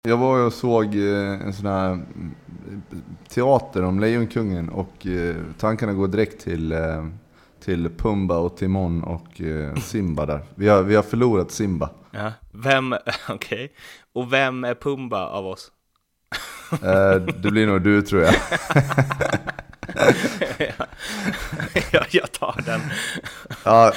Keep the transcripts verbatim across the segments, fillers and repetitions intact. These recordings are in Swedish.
Jag var och såg en sån här teater om Lejonkungen och tankarna går direkt till, till Pumba och Timon och Simba där. Vi har, vi har förlorat Simba. Ja. Vem, okej. Okay. Och vem är Pumba av oss? Det blir nog du, tror jag. Ja, jag tar den. Ja.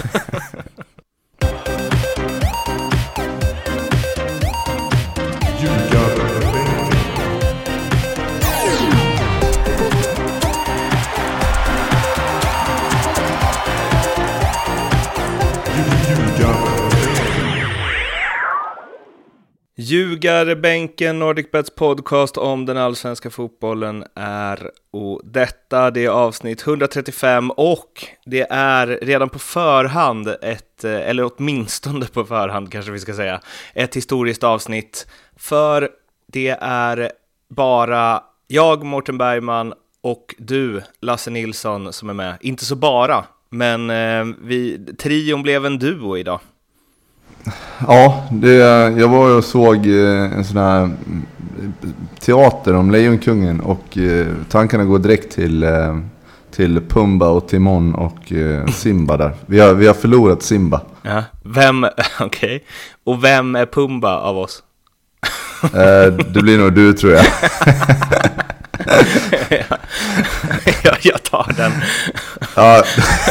Ljugarbänken, NordicBets podcast om den allsvenska fotbollen är och detta det är avsnitt etthundratrettiofem och det är redan på förhand ett, eller åtminstone på förhand kanske vi ska säga, ett historiskt avsnitt, för det är bara jag, Mårten Bergman, och du, Lasse Nilsson, som är med. Inte så bara, men eh, vi, trion blev en duo idag. Ja, det, jag var och såg en sån här teater om Lejonkungen och tankarna går direkt till, till Pumba och Timon och Simba där. Vi har, vi har förlorat Simba. Ja, vem, okej. Okay. Och vem är Pumba av oss? Det blir nog du, tror jag. Ja, jag tar den. Ja.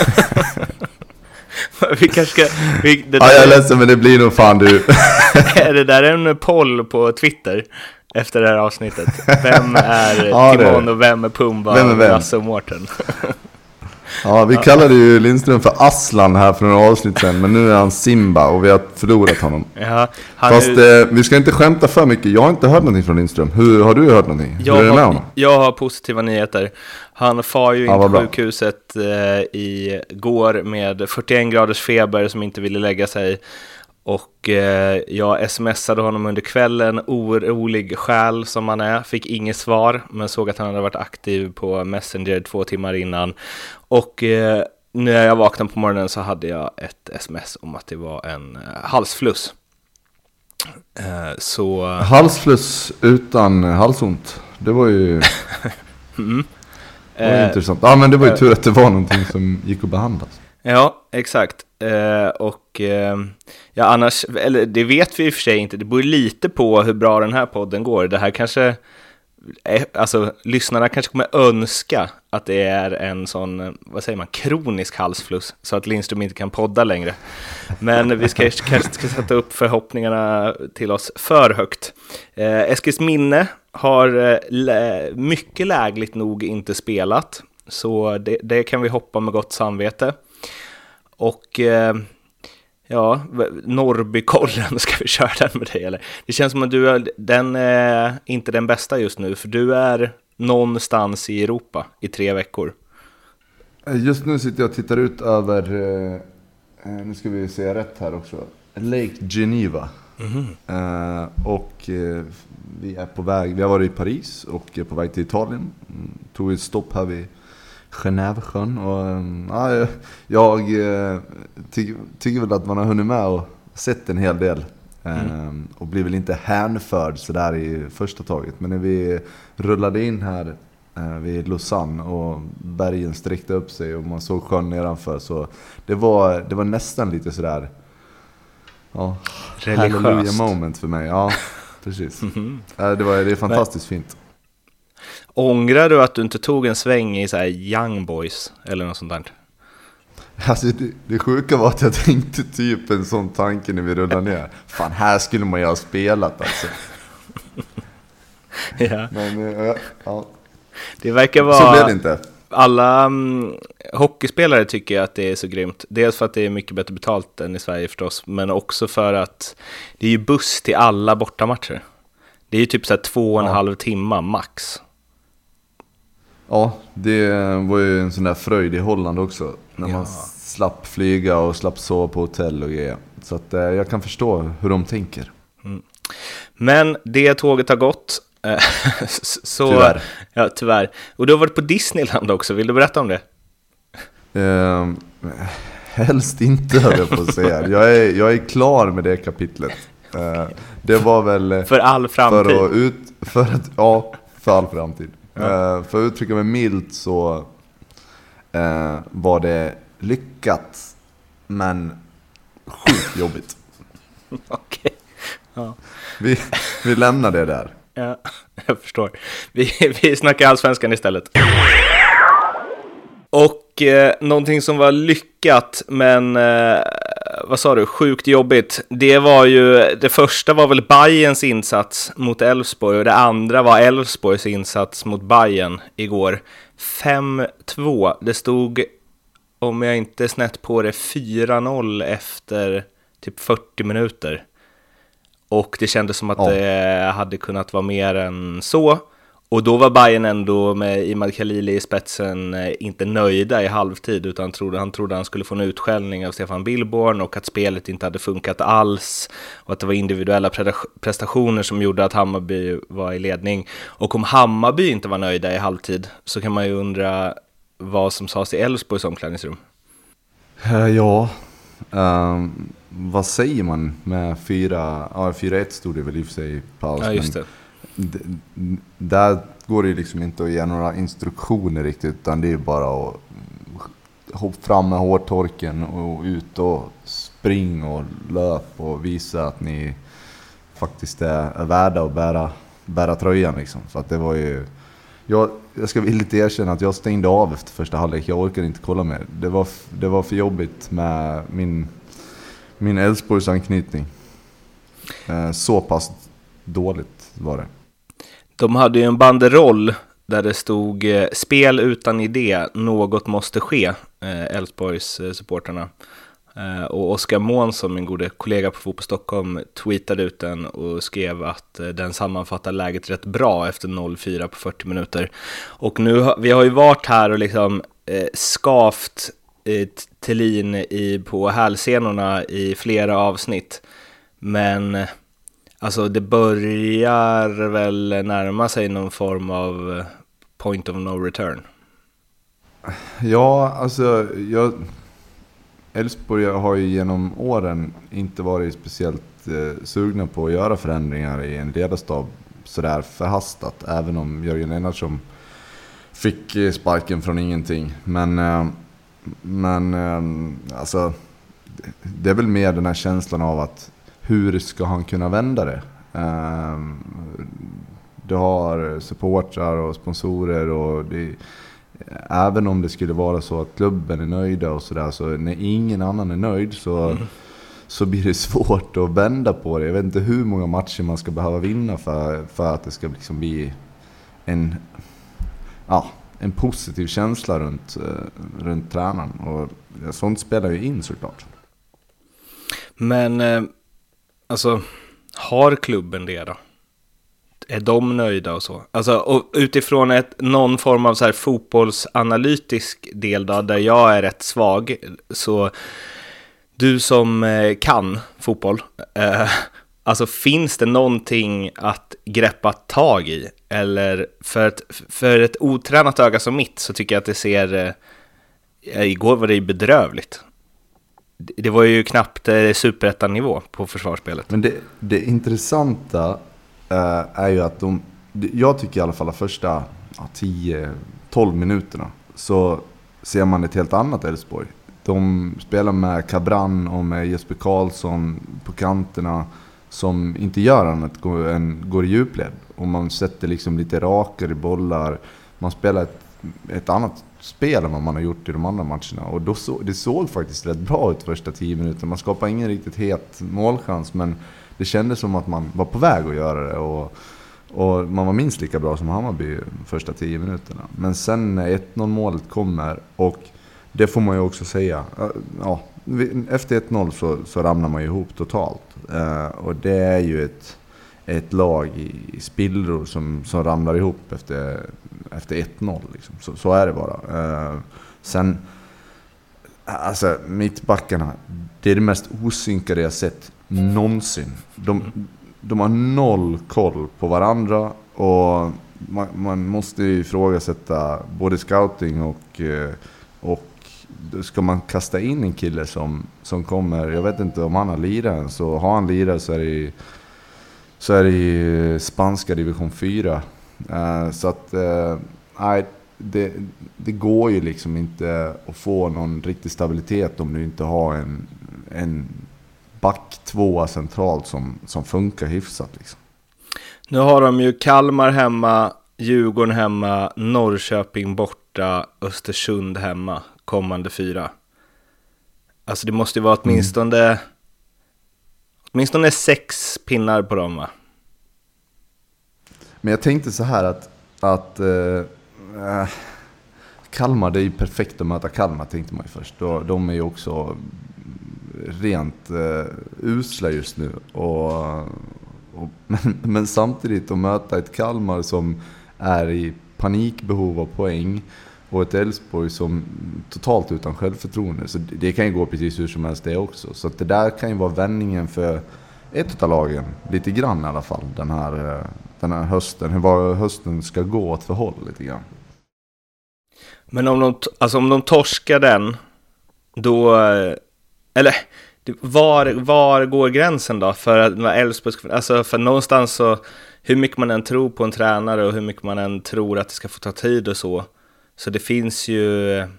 Vi kanske ska, vi, det ja, jag är ledsen, men det blir nog fan du. Är det där en poll på Twitter efter det här avsnittet? Vem är ja, Timon och vem är Pumba? Vem är vem? Lasse och Mårten. Ja, vi kallade ju Lindström för Aslan här för några avsnitt sedan, men nu är han Simba och vi har förlorat honom. Ja, han Fast är... eh, vi ska inte skämta för mycket. Jag har inte hört någonting från Lindström. Hur har du hört någonting? Jag, Hur är det med har, honom? jag har positiva nyheter. Han far ju ja, in på sjukhuset eh, i går med fyrtioen graders feber som inte ville lägga sig. Och eh, jag smsade honom under kvällen, orolig själ som han är. Fick inget svar, men såg att han hade varit aktiv på Messenger två timmar innan. Och eh, när jag vaknade på morgonen så hade jag ett sms om att det var en eh, halsfluss. Eh, så... Halsfluss utan halsont. Det var ju... mm. Det var eh, intressant. Ja, men det var ju tur att det var någonting som gick att behandlas. Ja, exakt. Eh, och eh, ja, annars, eller det vet vi i och för sig inte. Det beror lite på hur bra den här podden går. Det här kanske, eh, alltså lyssnarna kanske kommer önska att det är en sån, vad säger man, kronisk halsfluss så att Lindström inte kan podda längre. Men vi ska kanske ska sätta upp förhoppningarna till oss för högt. Eh, Eskilsminne har eh, lä- mycket lägligt nog inte spelat. Så det, det kan vi hoppa med gott samvete. Och eh, ja, Norrbykollen, ska vi köra den med dig eller? Det känns som att du är, den är inte den bästa just nu, för du är någonstans i Europa i tre veckor. Just nu sitter jag och tittar ut över, eh, nu ska vi se rätt här också, Lake Geneva. Mm-hmm. eh, och eh, vi är på väg, vi har varit i Paris och är på väg till Italien. Mm, tog ett stopp här vid Genèvesjön och ja, jag eh, ty- tycker väl att man har hunnit med och sett en hel del mm. eh, och blir väl inte hänförd så där i första taget, men när vi rullade in här eh, vid Lausanne och bergen sträckte upp sig och man såg sjön nedanför, så det var, det var nästan lite sådär ja, hallelujah moment för mig. Ja, precis. Mm-hmm. eh, det, var, det är fantastiskt men... fint. Ångrar du att du inte tog en sväng i så här Young Boys eller något sånt där? Alltså det, det sjuka var att jag tänkte typ en sån tanke när vi rullade ner. Fan, här skulle man ju ha spelat alltså. Ja. Men ja, ja. Det verkar vara... Så blev det inte. Alla um, hockeyspelare tycker att det är så grymt. Dels för att det är mycket bättre betalt än i Sverige förstås, men också för att det är ju buss till alla bortamatcher. Det är ju typ så här två och en ja. halv timme max. Ja, det var ju en sån där fröjd i Holland också. När ja. man slapp flyga och slapp sova på hotell och grejer. Så att eh, jag kan förstå hur de tänker. Mm. Men det tåget har gått. Så, tyvärr. Ja, tyvärr. Och du har varit på Disneyland också. Vill du berätta om det? Eh, helst inte, höll jag på att säga. Jag är, jag är klar med det kapitlet. Uh, det var väl... För all framtid. För att ut, för att, ja, för all framtid. Ja. Uh, för att uttrycka mig milt så uh, var det lyckat, men sjukt jobbigt. Okej. Okay. Ja. Vi, vi lämnar det där. Ja, jag förstår. Vi, vi snackar allsvenskan istället. Och eh, någonting som var lyckat, men eh, vad sa du, sjukt jobbigt. Det var ju, det första var väl Bayerns insats mot Elfsborg och det andra var Elfsborgs insats mot Bayern igår. fem två. Det stod, om jag inte är snett på det, fyra noll efter typ fyrtio minuter. Och det kändes som att ja. det hade kunnat vara mer än så. Och då var Bayern ändå med Imad Khalili i spetsen inte nöjda i halvtid, utan trodde, han trodde han skulle få en utskällning av Stefan Billborn och att spelet inte hade funkat alls och att det var individuella prestationer som gjorde att Hammarby var i ledning. Och om Hammarby inte var nöjda i halvtid så kan man ju undra vad som sades i Elfsborgs omklädningsrum. Ja, um, vad säger man med fyra, ja, fyra ett stod det väl i och för sig i paus. Ja, just det. D- där går det liksom inte att ge några instruktioner riktigt, utan det är bara att hoppa fram med hårtorken och ut och spring och löp och visa att ni faktiskt är värda att bära, bära tröjan liksom. Så att det var ju, jag, jag ska villigt erkänna att jag stängde av efter första halvlek. Jag orkade inte kolla mer. Det var, det var för jobbigt med min, min Elfsborgs anknytning. Eh, så pass dåligt var det. De hade ju en banderoll där det stod eh, spel utan idé, något måste ske, Elfsborgs eh, supporterna. Eh, och Oskar Månsson, min gode kollega på Fotboll Stockholm, tweetade ut den och skrev att eh, den sammanfattar läget rätt bra efter noll fyra på fyrtio minuter. Och nu har vi har ju varit här och liksom eh, skavt eh, Thelin i, på hälsenorna i flera avsnitt. Men alltså det börjar väl närma sig någon form av point of no return. Ja, alltså jag Elfsborg har ju genom åren inte varit speciellt eh, sugna på att göra förändringar i en ledarstab sådär förhastat, även om Jörgen Enardsson fick eh, sparken från ingenting. Men eh, men eh, alltså det, det är väl mer den här känslan av att hur ska han kunna vända det? Um, du har supportrar och sponsorer och det, även om det skulle vara så att klubben är nöjda och sådär, så när ingen annan är nöjd så, mm. så blir det svårt att vända på det. Jag vet inte hur många matcher man ska behöva vinna för, för att det ska liksom bli en, ja, en positiv känsla runt, runt tränaren. Och sånt spelar ju in såklart. Men eh... alltså, har klubben det då? Är de nöjda och så? Alltså, och utifrån ett, någon form av så här fotbollsanalytisk del då, där jag är rätt svag, så du som eh, kan fotboll, eh, alltså finns det någonting att greppa tag i? Eller för ett, för ett otränat öga som mitt så tycker jag att det ser, eh, igår var det ju bedrövligt. Det var ju knappt eh, superettan-nivå på försvarsspelet. Men det, det intressanta eh, är ju att de, jag tycker i alla fall att första ja, tio tolv minuterna så ser man ett helt annat Elfsborg. De spelar med Cabran och med Jesper Karlsson på kanterna som inte gör annat än går i djupled. Och man sätter liksom lite rakare bollar. Man spelar ett, ett annat spel än vad man har gjort i de andra matcherna. Och då så, det såg faktiskt rätt bra ut första tio minuter. Man skapade ingen riktigt het målchans, men det kändes som att man var på väg att göra det. Och, och man var minst lika bra som Hammarby första tio minuterna. Men sen när ett noll målet kommer, och det får man ju också säga, ja, efter ett noll så, så ramlar man ju ihop totalt. Uh, och det är ju ett, ett lag i, i spillror som, som ramlar ihop efter, efter ett noll. Liksom. Så, så är det bara. Uh, sen, alltså mittbackarna, det är det mest osynkade jag sett någonsin. De, de har noll koll på varandra, och man, man måste ifrågasätta både scouting och, och då ska man kasta in en kille som, som kommer, jag vet inte om han har lirat, så har han lirat så är det i, så är det i spanska division fyra. Uh, så att uh, nej, det, det går ju liksom inte att få någon riktig stabilitet om du inte har en, en back tvåa centralt som, som funkar hyfsat liksom. Nu har de ju Kalmar hemma, Djurgården hemma, Norrköping borta, Östersund hemma, kommande fyra. Alltså det måste ju vara åtminstone, mm. åtminstone sex pinnar på dem, va? Men jag tänkte så här att, att äh, Kalmar, det är ju perfekt att möta Kalmar, tänkte man ju först. De är ju också rent äh, usla just nu. Och, och, men, men samtidigt att möta ett Kalmar som är i panikbehov av poäng och ett Elfsborg som totalt utan självförtroende. Så det kan ju gå precis hur som helst det också. Så att det där kan ju vara vändningen för ett av lagen, lite grann i alla fall, den här, den här hösten. Hur hösten ska gå åt för håll lite grann. Men om de, alltså om de torskar den, då... Eller, var, var går gränsen då? För att Elfsborg, alltså för någonstans så... Hur mycket man än tror på en tränare och hur mycket man än tror att det ska få ta tid och så. Så det finns ju,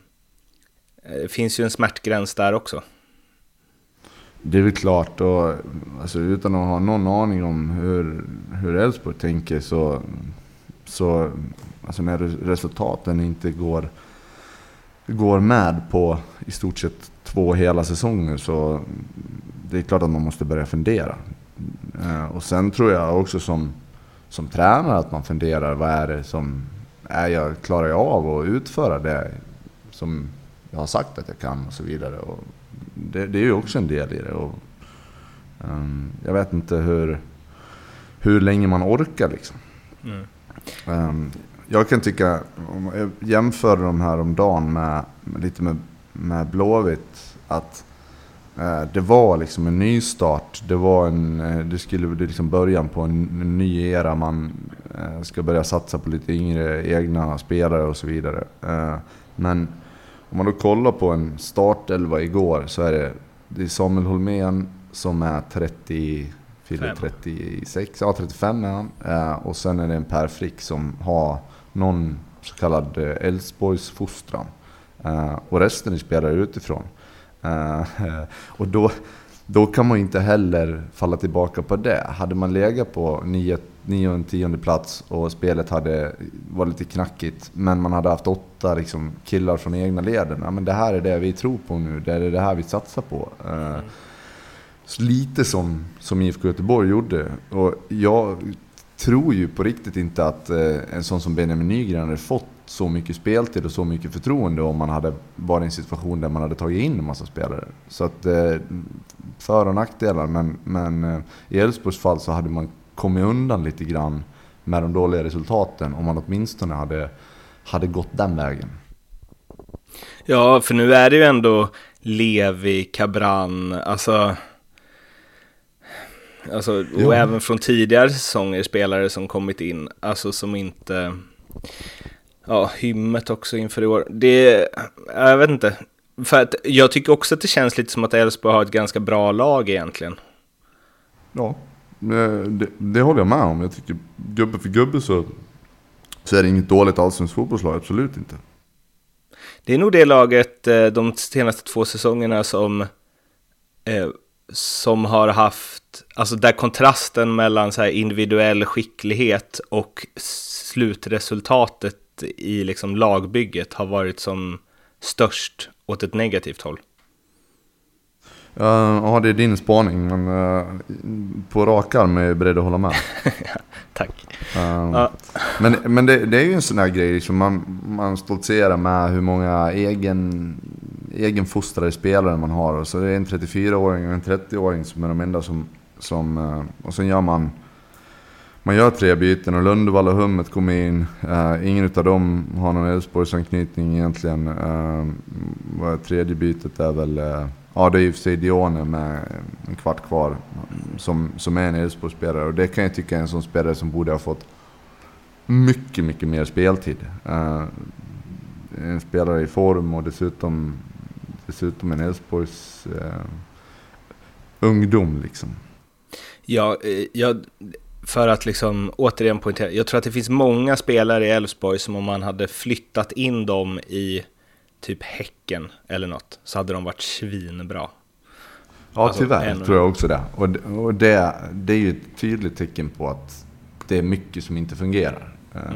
det finns ju en smärtgräns där också. Det är väl klart, och alltså, utan att ha någon aning om hur, hur Elfsborg tänker så, så alltså när resultaten inte går, går med på i stort sett två hela säsonger, så det är klart att man måste börja fundera. Och sen tror jag också som, som tränare att man funderar, vad är det som är jag, klarar jag av att utföra det som jag har sagt att jag kan och så vidare. Och det, det är ju också en del i det. Och, um, jag vet inte hur, hur länge man orkar liksom. Mm. Um, jag kan tycka, om jag jämför de här om dagen med, med lite med, med Blåvitt, att uh, det var liksom en ny start. Det var en, det skulle det liksom början på en, en ny era. Man uh, ska börja satsa på lite yngre egna spelare och så vidare. Uh, men om man då kollar på en startelva igår, så är det, det är Samuel Holmén som är trettio, trettiosex, ja trettiofem är han. Uh, och sen är det en Per Frick som har någon så kallad Elfsborgs fostran. Uh, och resten är spelare utifrån. Uh, och då, då kan man inte heller falla tillbaka på det. Hade man legat på nio, nio och tionde plats och spelet hade varit lite knackigt, men man hade haft åtta liksom, killar från egna leden, ja, men det här är det vi tror på nu, det är det här vi satsar på. Uh, så lite som, som I F K Göteborg gjorde. Och jag tror ju på riktigt inte att uh, en sån som Benjamin Nygren hade fått så mycket speltid och så mycket förtroende om man hade varit i en situation där man hade tagit in en massa spelare. Så att eh, för- och nackdelar, men, men eh, i Elfsborgs fall så hade man kommit undan lite grann med de dåliga resultaten om man åtminstone hade, hade gått den vägen. Ja, för nu är det ju ändå Levi, Cabran, alltså... Alltså, och ja. Även från tidigare säsonger spelare som kommit in, alltså som inte... Ja, hymmet också inför i år. Det, jag vet inte. För att jag tycker också att det känns lite som att Elfsborg har ett ganska bra lag egentligen. Ja, det, det håller jag med om. Jag tycker gubbe för gubbe så, så är det inget dåligt allsvenskt fotbollslag, absolut inte. Det är nog det laget de senaste två säsongerna som, eh, som har haft, alltså där kontrasten mellan så här individuell skicklighet och slutresultatet i liksom lagbygget har varit som störst åt ett negativt håll. Uh, ja, det är din spaning, men uh, på rak arm är jag beredd att hålla med. Ja, tack. Uh, ja. Men, men det, det är ju en sån här grej som man, man stoltserar med hur många egen, egenfostrade spelare man har. Och så det är en trettiofyraåring och en trettioåring som är de enda som... som uh, och sen gör man... Man gör tre byten och Lundevall och Hummet kommer in. Uh, ingen av dem har någon Elfsborgsanknytning egentligen. Uh, tredje bytet är väl... Uh, ja, det är ju för sig Dione med en kvart kvar som, som är en Elfsborgsspelare. Och det kan jag tycka är en sån spelare som borde ha fått mycket, mycket mer speltid. Uh, en spelare i form och dessutom dessutom en Elfsborgs eh, ungdom liksom. Ja, jag, för att liksom återigen poängtera, jag tror att det finns många spelare i Elfsborg som om man hade flyttat in dem i typ Häcken eller något så hade de varit svinbra. Ja, alltså, tyvärr en... tror jag också det. Och, och det, det är ju ett tydligt tecken på att det är mycket som inte fungerar. Mm.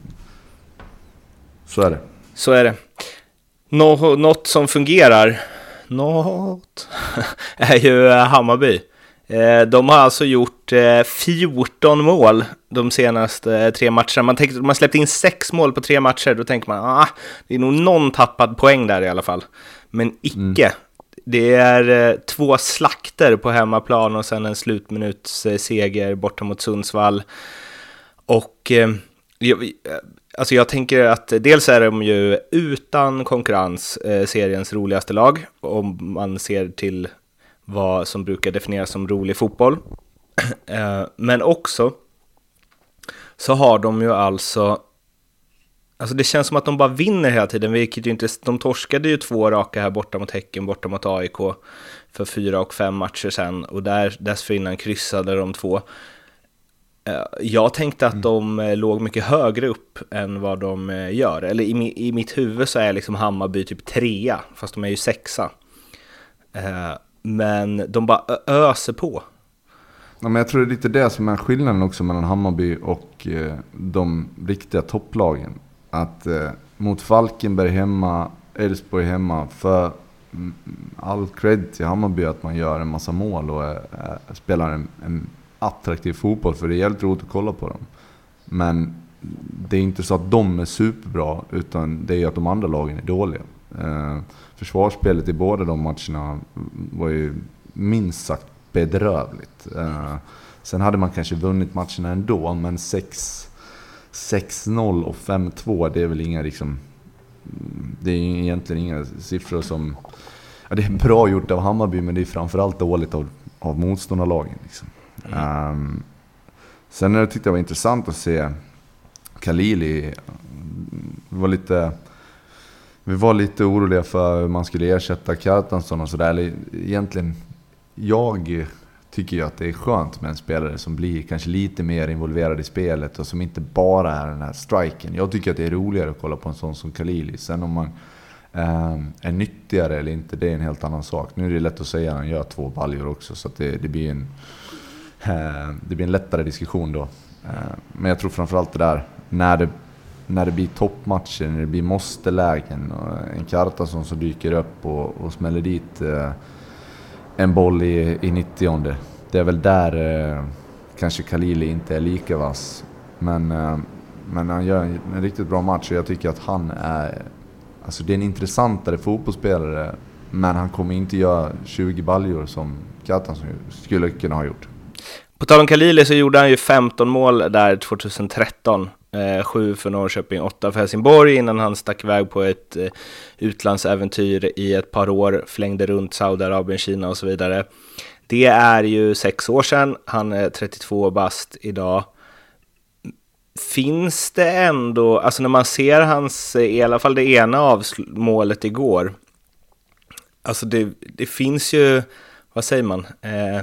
Så är det. Så är det. Nå, något som fungerar, något, är ju Hammarby. De har alltså gjort fjorton mål de senaste tre matcherna. Man tänker, man släppt in sex mål på tre matcher. Då tänker man, ah, det är nog någon tappad poäng där i alla fall. Men icke. Mm. Det är två slakter på hemmaplan och sen en slutminuts seger borta mot Sundsvall. Och jag, alltså jag tänker att dels är de ju utan konkurrens seriens roligaste lag. Om man ser till vad som brukar definieras som rolig fotboll. Men också så har de ju alltså... Alltså det känns som att de bara vinner hela tiden, vilket ju inte... De torskade ju två raka här borta mot Häcken, borta mot A I K för fyra och fem matcher sen. Och där, dessförinnan kryssade de två. Jag tänkte att de låg mycket högre upp än vad de gör. Eller i, i mitt huvud så är liksom Hammarby typ trea, fast de är ju sexa. Men de bara öser på. Ja, men jag tror det är lite det som är skillnaden också mellan Hammarby och eh, de riktiga topplagen. Att eh, mot Falkenberg hemma, Elfsborg hemma, för mm, all cred till Hammarby att man gör en massa mål och eh, spelar en, en attraktiv fotboll, för det är jävligt roligt att kolla på dem. Men det är inte så att de är superbra, utan det är att de andra lagen är dåliga. Eh, försvarsspelet i båda de matcherna var ju minst sagt bedrövligt. Uh, sen hade man kanske vunnit matcherna ändå, men sex noll och fem två, det är väl inga liksom, det är egentligen inga siffror som, ja, det är bra gjort av Hammarby, men det är framförallt dåligt av, av motståndarlagen liksom. Mm. Um, sen jag tyckte det var intressant att se Khalili. var lite Vi var lite oroliga för hur man skulle ersätta Kjartansson och sådär. Eller egentligen, jag tycker ju att det är skönt med en spelare som blir kanske lite mer involverad i spelet och som inte bara är den här striken. Jag tycker att det är roligare att kolla på en sån som Khalili. Sen om man eh, är nyttigare eller inte, det är en helt annan sak. Nu är det lätt att säga att han gör två baljor också, så att det, det, blir en, eh, det blir en lättare diskussion då. Eh, men jag tror framförallt det där, när det när det blir toppmatcher, när det blir måste-lägen och en Kjartansson som dyker upp och, och smäller dit eh, en boll i, i nittionde. Det är väl där eh, kanske Khalili inte är lika vass. Men, eh, men han gör en, en riktigt bra match och jag tycker att han är, alltså det är en intressantare fotbollsspelare, men han kommer inte göra tjugo baljor som Kjartansson skulle kunna ha gjort. På tal om Khalili så gjorde han ju femton mål där tjugohundratretton. Eh, sju för Norrköping, åtta för Helsingborg, innan han stack iväg på ett eh, utlandsäventyr i ett par år, flängde runt Saudiarabien, Kina och så vidare. Det är ju sex år sedan, han är trettiotvå bast idag. Finns det ändå, alltså när man ser hans, i alla fall det ena av målet igår, alltså det, det finns ju, vad säger man, eh,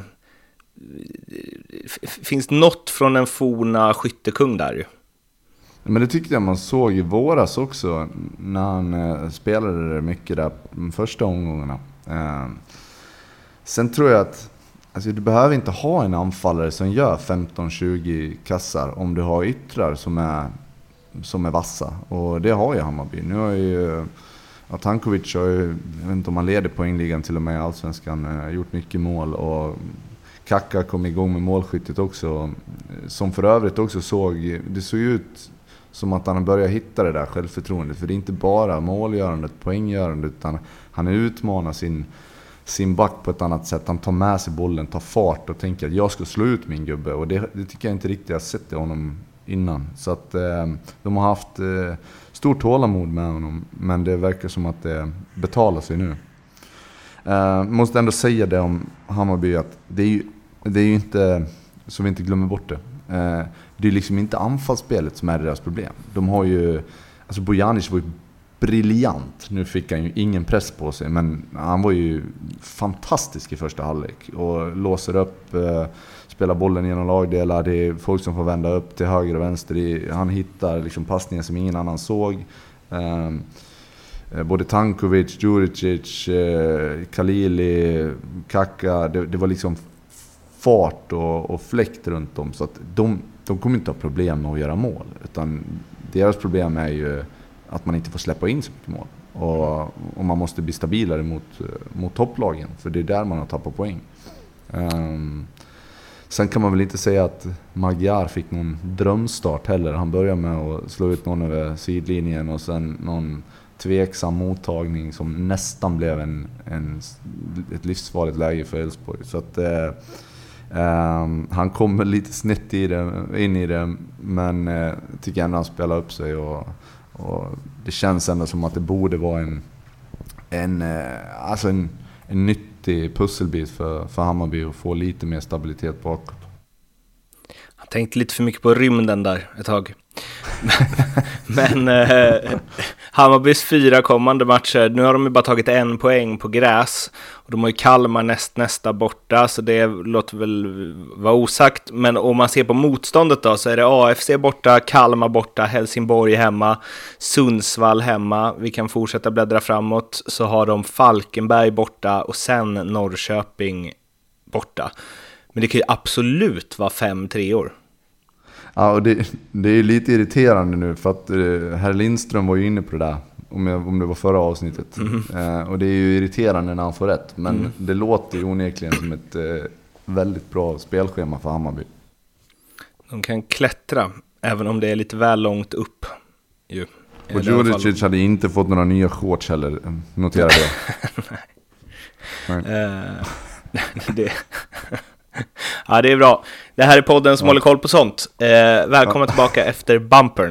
finns något från en forna skyttekung där ju. Men det tyckte jag man såg i våras också, när han eh, spelade mycket där de första omgångarna. Eh, sen tror jag att alltså, du behöver inte ha en anfallare som gör femton tjugo kassar om du har yttrar som är, som är vassa. Och det har ju Hammarby. Nu har ju att Tankovic har ju, jag vet inte om han leder poängligan till och med i Allsvenskan, eh, gjort mycket mål, och Kaka kom igång med målskyttet också, som för övrigt också såg, det såg ut som att han börjar hitta det där självförtroendet. För det är inte bara målgörandet, poänggörandet, utan han utmanar sin, sin back på ett annat sätt. Han tar med sig bollen, tar fart och tänker att jag ska slå ut min gubbe. Och det, det tycker jag inte riktigt jag har sett i honom innan. Så att eh, de har haft eh, stort tålamod med honom. Men det verkar som att det betalar sig nu. Eh, måste ändå säga det om Hammarby, att det är ju, det är ju inte, så vi inte glömmer bort det. Eh, Det är liksom inte anfallsspelet som är deras problem. De har ju, alltså Bojanic var ju briljant. Nu fick han ju ingen press på sig, men han var ju fantastisk i första halvlek och låser upp, eh, spelar bollen genom lagdelar. Det är folk som får vända upp till höger och vänster. Han hittar liksom passningar som ingen annan såg. Eh, både Tankovic, Djuricic, eh, Khalili, Kaka, det, det var liksom fart och, och fläkt runt dem, så att de, de kommer inte ha problem med att göra mål, utan deras problem är ju att man inte får släppa in så mycket mål. Och, och man måste bli stabilare mot, mot topplagen, för det är där man har tappat poäng. Um, sen kan man väl inte säga att Magyar fick någon drömstart heller. Han började med att slå ut någon över sidlinjen och sen någon tveksam mottagning som nästan blev en, en, ett livsfarligt läge för Elfsborg. Så att eh, Um, han kommer lite snett i det, in i det, men uh, tycker ändå han spelar upp sig och, och det känns ändå som att det borde vara en en, uh, alltså en, en nyttig pusselbit för, för Hammarby att få lite mer stabilitet bakåt. Jag tänkte lite för mycket på rymden där ett tag. Men eh, Hammarbys fyra kommande matcher, nu har de ju bara tagit en poäng på gräs och de har ju Kalmar näst nästa borta, så det låter väl vara osagt. Men om man ser på motståndet då, så är det A F C borta, Kalmar borta, Helsingborg hemma, Sundsvall hemma. Vi kan fortsätta bläddra framåt, så har de Falkenberg borta och sen Norrköping borta. Men det kan ju absolut vara fem treor. Ja, och det, det är lite irriterande nu, för att eh, herr Lindström var ju inne på det där, om, jag, om det var förra avsnittet. Mm. Eh, och det är ju irriterande när han får rätt, men mm. det låter ju onekligen som ett eh, väldigt bra spelschema för Hammarby. De kan klättra, även om det är lite väl långt upp. Ju. Och Djuricic hade inte fått några nya shorts heller, notera det. Nej. Nej. Uh, det... Ja, det är bra. Det här är podden som ja. håller koll på sånt. Eh, välkomna ja. tillbaka efter bumpern.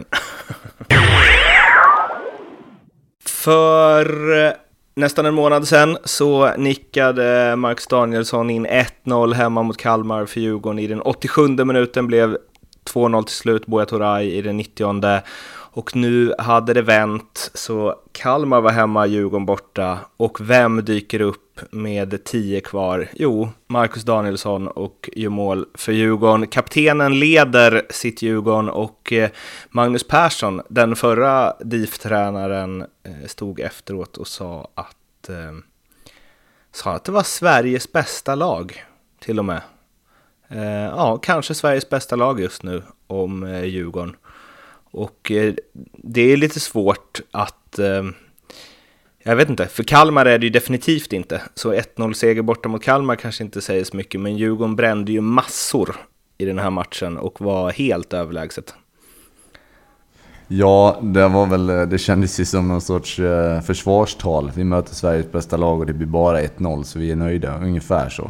För nästan en månad sedan så nickade Marcus Danielsson in ett noll hemma mot Kalmar för Djurgården. I den åttiosjunde minuten blev två noll till slut, Buya Turay i den nittionde. Och nu hade det vänt, så Kalmar var hemma, Djurgården borta. Och vem dyker upp med tio kvar? Jo, Marcus Danielsson, och gör mål för Djurgården. Kaptenen leder sitt Djurgården, och Magnus Persson, den förra D I F-tränaren, stod efteråt och sa att, eh, sa att det var Sveriges bästa lag, till och med. Eh, ja, kanske Sveriges bästa lag just nu om eh, Djurgården. Och eh, det är lite svårt att, eh, jag vet inte, för Kalmar är det ju definitivt inte. Så ett noll seger borta mot Kalmar kanske inte säger så mycket, men Djurgården brände ju massor i den här matchen och var helt överlägset. Ja, det var väl, det kändes ju som någon sorts eh, försvarstal. Vi möter Sveriges bästa lag och det blir bara ett noll, så vi är nöjda, ungefär så.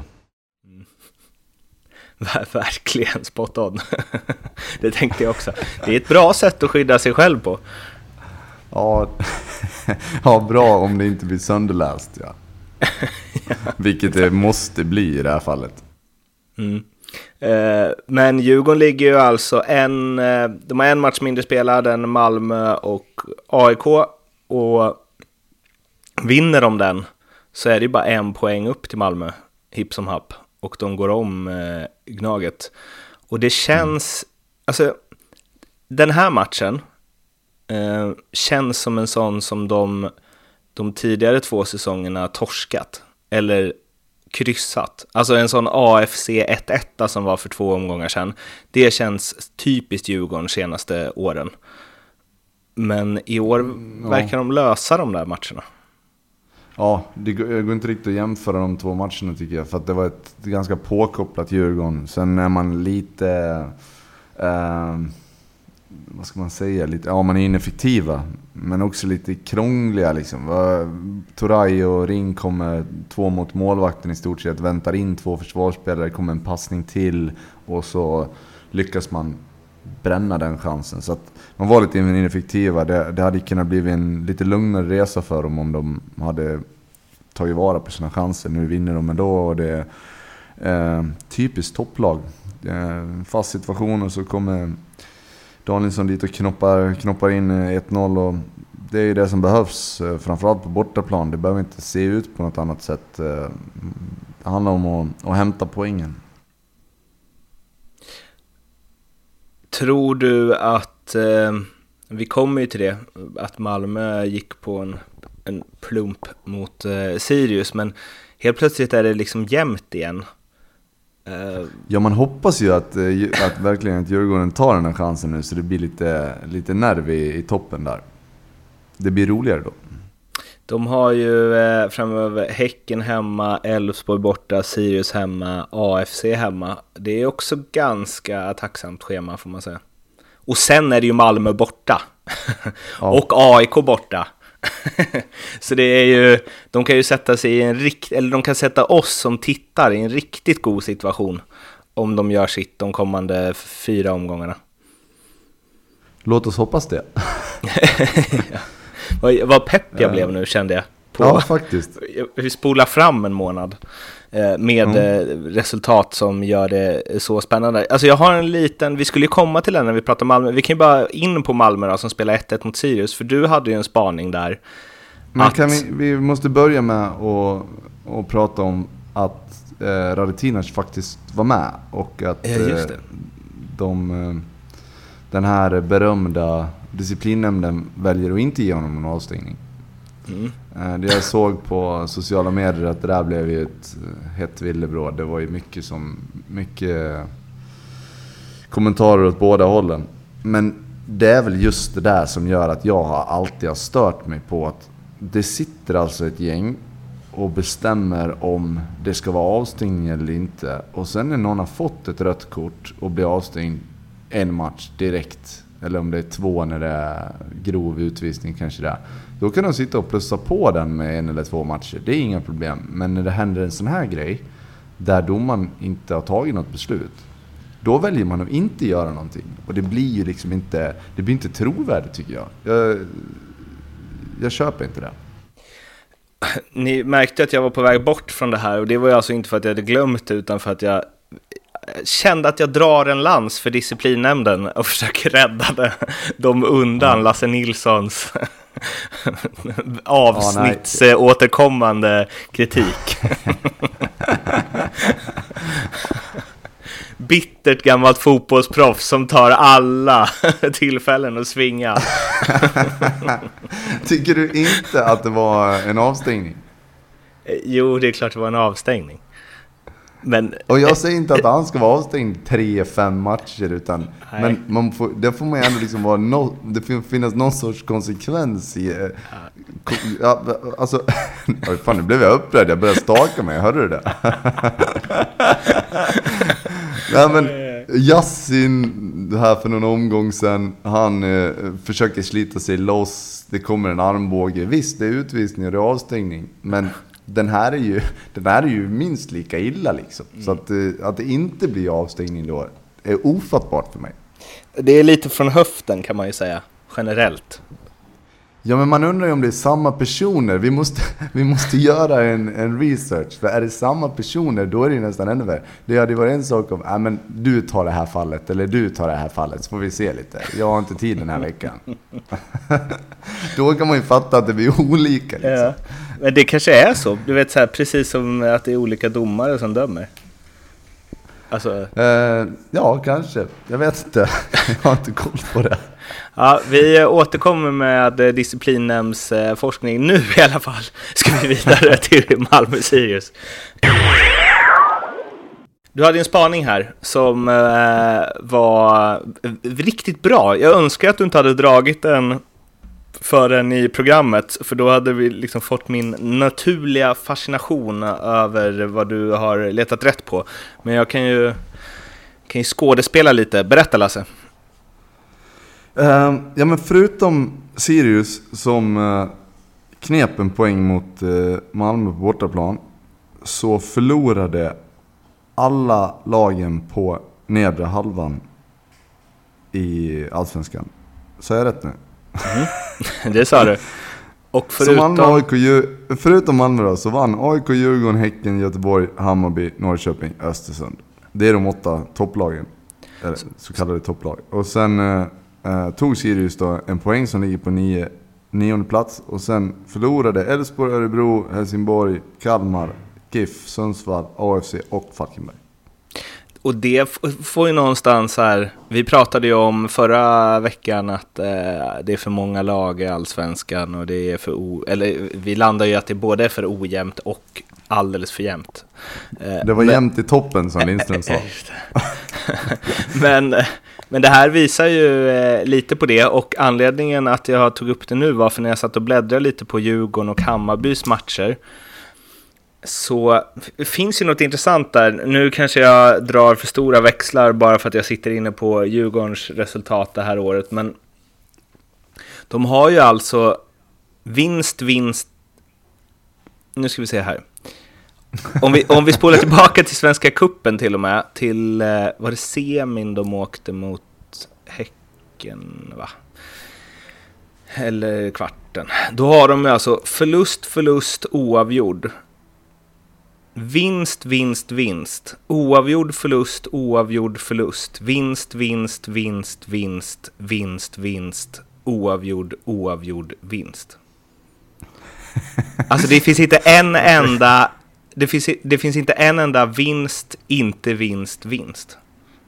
Verkligen spot on. Det tänkte jag också. Det är ett bra sätt att skydda sig själv på. Ja, ja, bra om det inte blir sönderläst, ja. Ja. Vilket det måste bli i det här fallet. Mm. Eh, men Djurgården ligger ju alltså en, eh, de har en match mindre spelad än Malmö och A I K, och vinner de den så är det bara en poäng upp till Malmö, hipp som happ. Och de går om eh, Gnaget. Och det känns, mm. alltså den här matchen eh, känns som en sån som de, de tidigare två säsongerna torskat eller kryssat. Alltså en sån A F C ett ett som var för två omgångar sedan. Det känns typiskt Djurgården senaste åren. Men i år mm, verkar ja. de lösa de där matcherna. Ja, det går inte riktigt att jämföra de två matcherna, tycker jag. För att det var ett ganska påkopplat Djurgården. Sen är man lite... Eh, vad ska man säga? Lite, ja, man är ineffektiva. Men också lite krångliga liksom. Turay och Ring kommer två mot målvakten i stort sett. Väntar in två försvarsspelare, kommer en passning till. Och så lyckas man bränna den chansen. Så att man var lite ineffektiva. Det, det hade kunnat bli en lite lugnare resa för dem om de hade tagit vara på sina chanser. Nu vinner de ändå, och det är eh, typiskt topplag. Eh, fast situation, och så kommer Danielsson dit och knoppar, knoppar in ett noll, och det är det som behövs, framförallt på bortaplan. Det behöver inte se ut på något annat sätt. Det handlar om att, att hämta poängen. Tror du att, eh, vi kommer ju till det, att Malmö gick på en, en plump mot eh, Sirius, men helt plötsligt är det liksom jämnt igen. Uh, ja, man hoppas ju att, att verkligen att Djurgården tar den här chansen nu, så det blir lite, lite nerv i, i toppen där. Det blir roligare då. De har ju eh, framöver Häcken hemma, Elfsborg borta, Sirius hemma, A F C hemma. Det är också ganska tacksamt schema, får man säga. Och sen är det ju Malmö borta. Ja. Och A I K borta. Så det är ju, de kan ju sätta sig i en rikt, eller de kan sätta oss som tittar i en riktigt god situation om de gör sitt de kommande fyra omgångarna. Låt oss hoppas det. Ja. Vad, vad pepp jag ja. blev nu, kände jag. På, ja, faktiskt. Vi spolar fram en månad eh, med mm. resultat som gör det så spännande. Alltså jag har en liten, vi skulle ju komma till den när vi pratar Malmö. Vi kan ju bara in på Malmö då, som spelar ett ett mot Sirius, för du hade ju en spaning där. Men att... kan vi, vi måste börja med att och prata om att eh, Radetinac faktiskt var med, och att ja, just det. Eh, de, eh, den här berömda disciplinnämnden väljer att inte ge honom någon avstängning. Mm. Det jag såg på sociala medier, att det där blev ju ett hett villebråd. Det var ju mycket som mycket kommentarer åt båda hållen. Men det är väl just det där som gör att jag alltid har stört mig på att det sitter alltså ett gäng och bestämmer om det ska vara avstängning eller inte. Och sen när någon har fått ett rött kort och blir avstängd en match direkt, eller om det är två när det är grov utvisning kanske det är, då kan de sitta och plussa på den med en eller två matcher. Det är inga problem. Men när det händer en sån här grej där domaren inte har tagit något beslut, då väljer man att inte göra någonting. Och det blir ju liksom inte, det blir inte trovärdigt, tycker jag. Jag, jag köper inte det. Ni märkte att jag var på väg bort från det här, och det var ju alltså inte för att jag hade glömt det, utan för att jag kände att jag drar en lans för disciplinnämnden och försöker rädda dem undan Lasse Nilssons avsnitts oh, återkommande kritik. Bittert gammalt fotbollsproffs som tar alla tillfällen att svinga. Tycker du inte att det var en avstängning? Jo, det är klart det var en avstängning. Men, och jag säger inte att han ska vara avstängd tre, fem matcher, utan nej. Men man får, det får man ju ändå liksom vara no, det får finnas någon sorts konsekvens i ja, alltså fan, nu blev jag upprörd, jag började staka mig, hörde du det? Ja, men Yassin, det här för någon omgång sedan, han eh, försöker slita sig loss, det kommer en armbåge, visst det är utvisning och det är avstängning, men den här är ju, den här är ju minst lika illa liksom. Mm. Så att, att det inte blir avstängning då är ofattbart för mig. Det är lite från höften, kan man ju säga, generellt. Ja, men man undrar ju om det är samma personer. Vi måste, vi måste göra en, en research. För är det samma personer, då är det nästan ännu värre. Det hade varit en sak om, äh, men du tar det här fallet, eller du tar det här fallet, så får vi se lite. Jag har inte tid den här veckan. Då kan man ju fatta att det blir olika liksom. Ja. Men det kanske är så, du vet, så här, precis som att det är olika domare som dömer. Alltså... Eh, ja, kanske. Jag vet inte. Jag har inte koll på det. Ja, vi återkommer med disciplinnämnds forskning nu i alla fall. Ska vi vidare till Malmö Sirius. Du hade en spaning här som eh, var riktigt bra. Jag önskar att du inte hade dragit den förrän i programmet, för då hade vi liksom fått min naturliga fascination över vad du har letat rätt på. Men jag kan ju, kan ju skådespela lite. Berätta, Lasse. Uh, ja, men förutom Sirius som uh, knep en poäng mot uh, Malmö på bortaplan, så förlorade alla lagen på nedre halvan i Allsvenskan. Så är jag rätt nu? Mm. Det sa du. Och förutom... Malmö, A I K, förutom Malmö då, så vann A I K, Djurgården, Häcken, Göteborg, Hammarby, Norrköping, Östersund. Det är de åtta topplagen, eller så kallade topplag. Och sen uh, tog Sirius då en poäng som ligger på nio nionde plats. Och sen förlorade Elfsborg, Örebro, Helsingborg, Kalmar, K I F, Sundsvall, A F C och Falkenberg. Och det f- får ju någonstans här, vi pratade ju om förra veckan att eh, det är för många lag i Allsvenskan och det är för o- eller vi landar ju att det både är för ojämnt och alldeles för jämnt. Eh, Det var men, jämnt i toppen som Lindström sa. men, men det här visar ju eh, lite på det, och anledningen att jag tog upp det nu var för när jag satt och bläddrade lite på Djurgården och Hammarbys matcher, så det finns ju något intressant där. Nu kanske jag drar för stora växlar bara för att jag sitter inne på Djurgårdens resultat det här året, men de har ju alltså vinst, vinst. Nu ska vi se här. Om vi, om vi spolar tillbaka till Svenska Cupen till och med, till, var det semin de åkte mot Häcken, va? Eller kvarten. Då har de alltså förlust, förlust, oavgjord. Vinst, vinst, vinst. Oavgjord, förlust, oavgjord, förlust. Vinst, vinst, vinst, vinst, vinst, vinst. Oavgjord, oavgjord, vinst. Alltså det finns inte en enda... Det finns, det finns inte en enda vinst, inte vinst, vinst.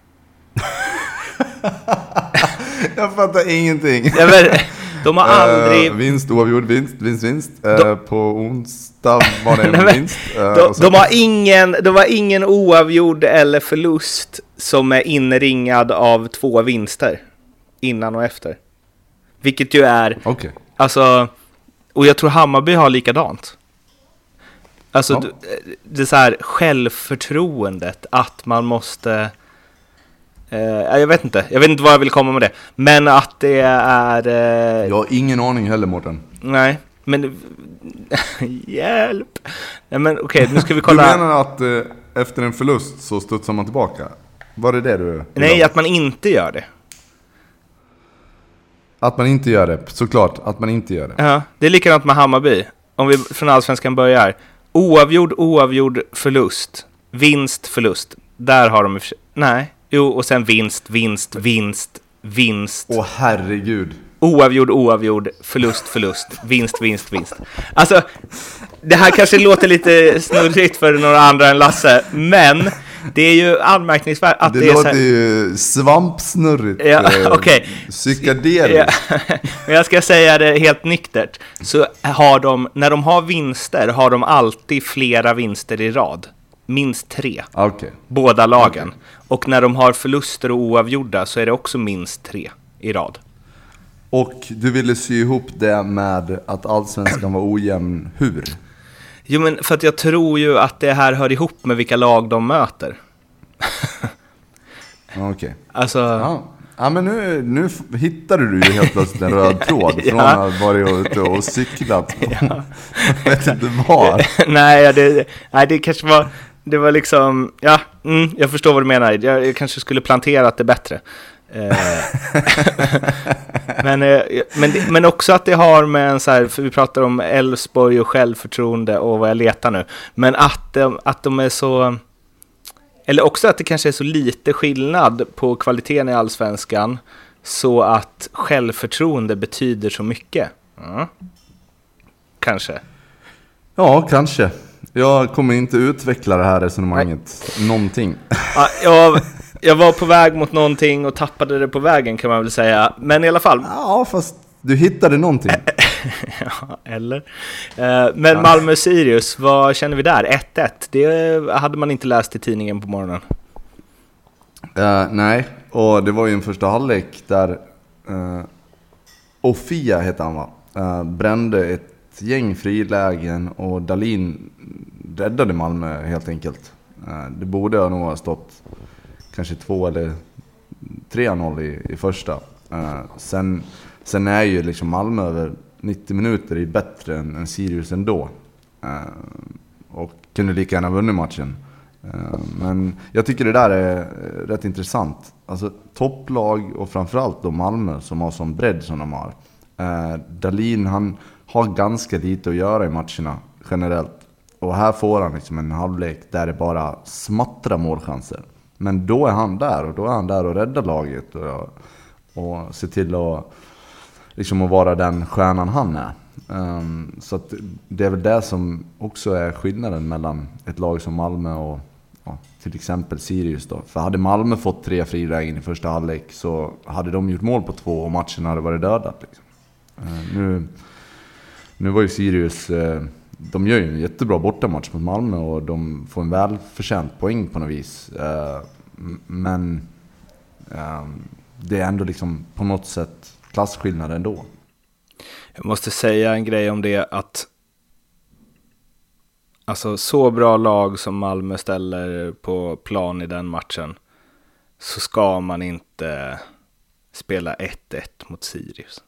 Jag fattar ingenting. Ja, men, de har aldrig... Uh, vinst, oavgjord, vinst, vinst, vinst. Uh, de... På onsdag var det en Nej, men, vinst. Uh, de, de, har ingen, de har ingen oavgjord eller förlust som är inringad av två vinster. Innan och efter. Vilket ju är... Okay. Alltså... Och jag tror Hammarby har likadant. Alltså ja. det är så här självförtroendet att man måste eh, jag vet inte, jag vet inte vad jag vill komma med det, men att det är eh, jag har ingen aning heller, Mårten. Nej, men hjälp. Nej, men okej, okay, nu ska vi kolla. Du menar att eh, efter en förlust så studsar man tillbaka? Var det det du... Nej, att man inte gör det. Att man inte gör det, såklart att man inte gör det. Ja, det är likadant med Hammarby. Om vi från Allsvenskan börjar. Oavgjord, oavgjord, förlust. Vinst, förlust. Där har de... Nej, jo, och sen vinst, vinst, vinst, vinst. Åh, herregud. Oavgjord, oavgjord, förlust, förlust. Vinst, vinst, vinst. Alltså, det här kanske låter lite snurrigt för några andra än Lasse, men... Det är ju anmärkningsvärt att det, det, det är låter så här... ju svampsnurrigt. Ja, okej. Okay. Psykedeliskt. Ja. Men jag ska säga det helt nyktert. Så har de, när de har vinster, har de alltid flera vinster i rad. Minst tre. Okay. Båda lagen. Okay. Och när de har förluster och oavgjorda så är det också minst tre i rad. Och du ville sy ihop det med att Allsvenskan var ojämn. Hur? Jo, men för att jag tror ju att det här hör ihop med vilka lag de möter. Okej. Okay. Alltså... Ja. Ja, men nu, nu hittade du ju helt plötsligt en röd tråd från ja. att vara ute och cyklat. Ja. Jag vet inte var. nej, det, nej, det kanske var... Det var liksom... Ja, mm, jag förstår vad du menar. Jag, jag kanske skulle planterat det bättre. men, men, men också att det har med en så här, för vi pratar om Elfsborg och självförtroende och vad jag letar nu, men att de, att de är så, eller också att det kanske är så lite skillnad på kvaliteten i Allsvenskan så att självförtroende betyder så mycket. Mm. Kanske. Ja, kanske. Jag kommer inte utveckla det här resonemanget. Nej. Någonting. Ja, jag Jag var på väg mot någonting och tappade det på vägen, kan man väl säga. Men i alla fall. Ja, fast du hittade någonting. Ja, eller. Men ja. Malmö-Sirius, vad känner vi där? ett ett. Det hade man inte läst i tidningen på morgonen. Uh, nej, och det var ju en första halvlek där uh, Ofia heter han va? Uh, brände ett gäng frilägen och Dahlin räddade Malmö helt enkelt. Uh, det borde nog ha stått kanske två eller tre noll i, i första. Uh, sen, sen är ju liksom Malmö över nittio minuter är bättre än, än Sirius ändå. Uh, och kunde lika gärna vunnit matchen. Uh, men jag tycker det där är rätt intressant. Alltså topplag och framförallt då Malmö som har sån bredd som de har. Uh, Dahlin, han har ganska lite att göra i matcherna generellt. Och här får han liksom en halvlek där det bara smattrar målchanser. Men då är han där och då är han där och räddar laget och, och ser till att liksom att vara den stjärnan han är. Um, så att det är väl det som också är skillnaden mellan ett lag som Malmö och ja, till exempel Sirius då. För hade Malmö fått tre frilägen i första halvlek så hade de gjort mål på två och matchen hade varit dödad liksom. uh, nu, nu var ju Sirius uh, de gör ju en jättebra bortamatch mot Malmö och de får en välförtjänt poäng på något vis. Uh, men uh, det är ändå liksom på något sätt klasskillnad ändå. Jag måste säga en grej om det, att alltså så bra lag som Malmö ställer på plan i den matchen, så ska man inte spela ett ett mot Sirius.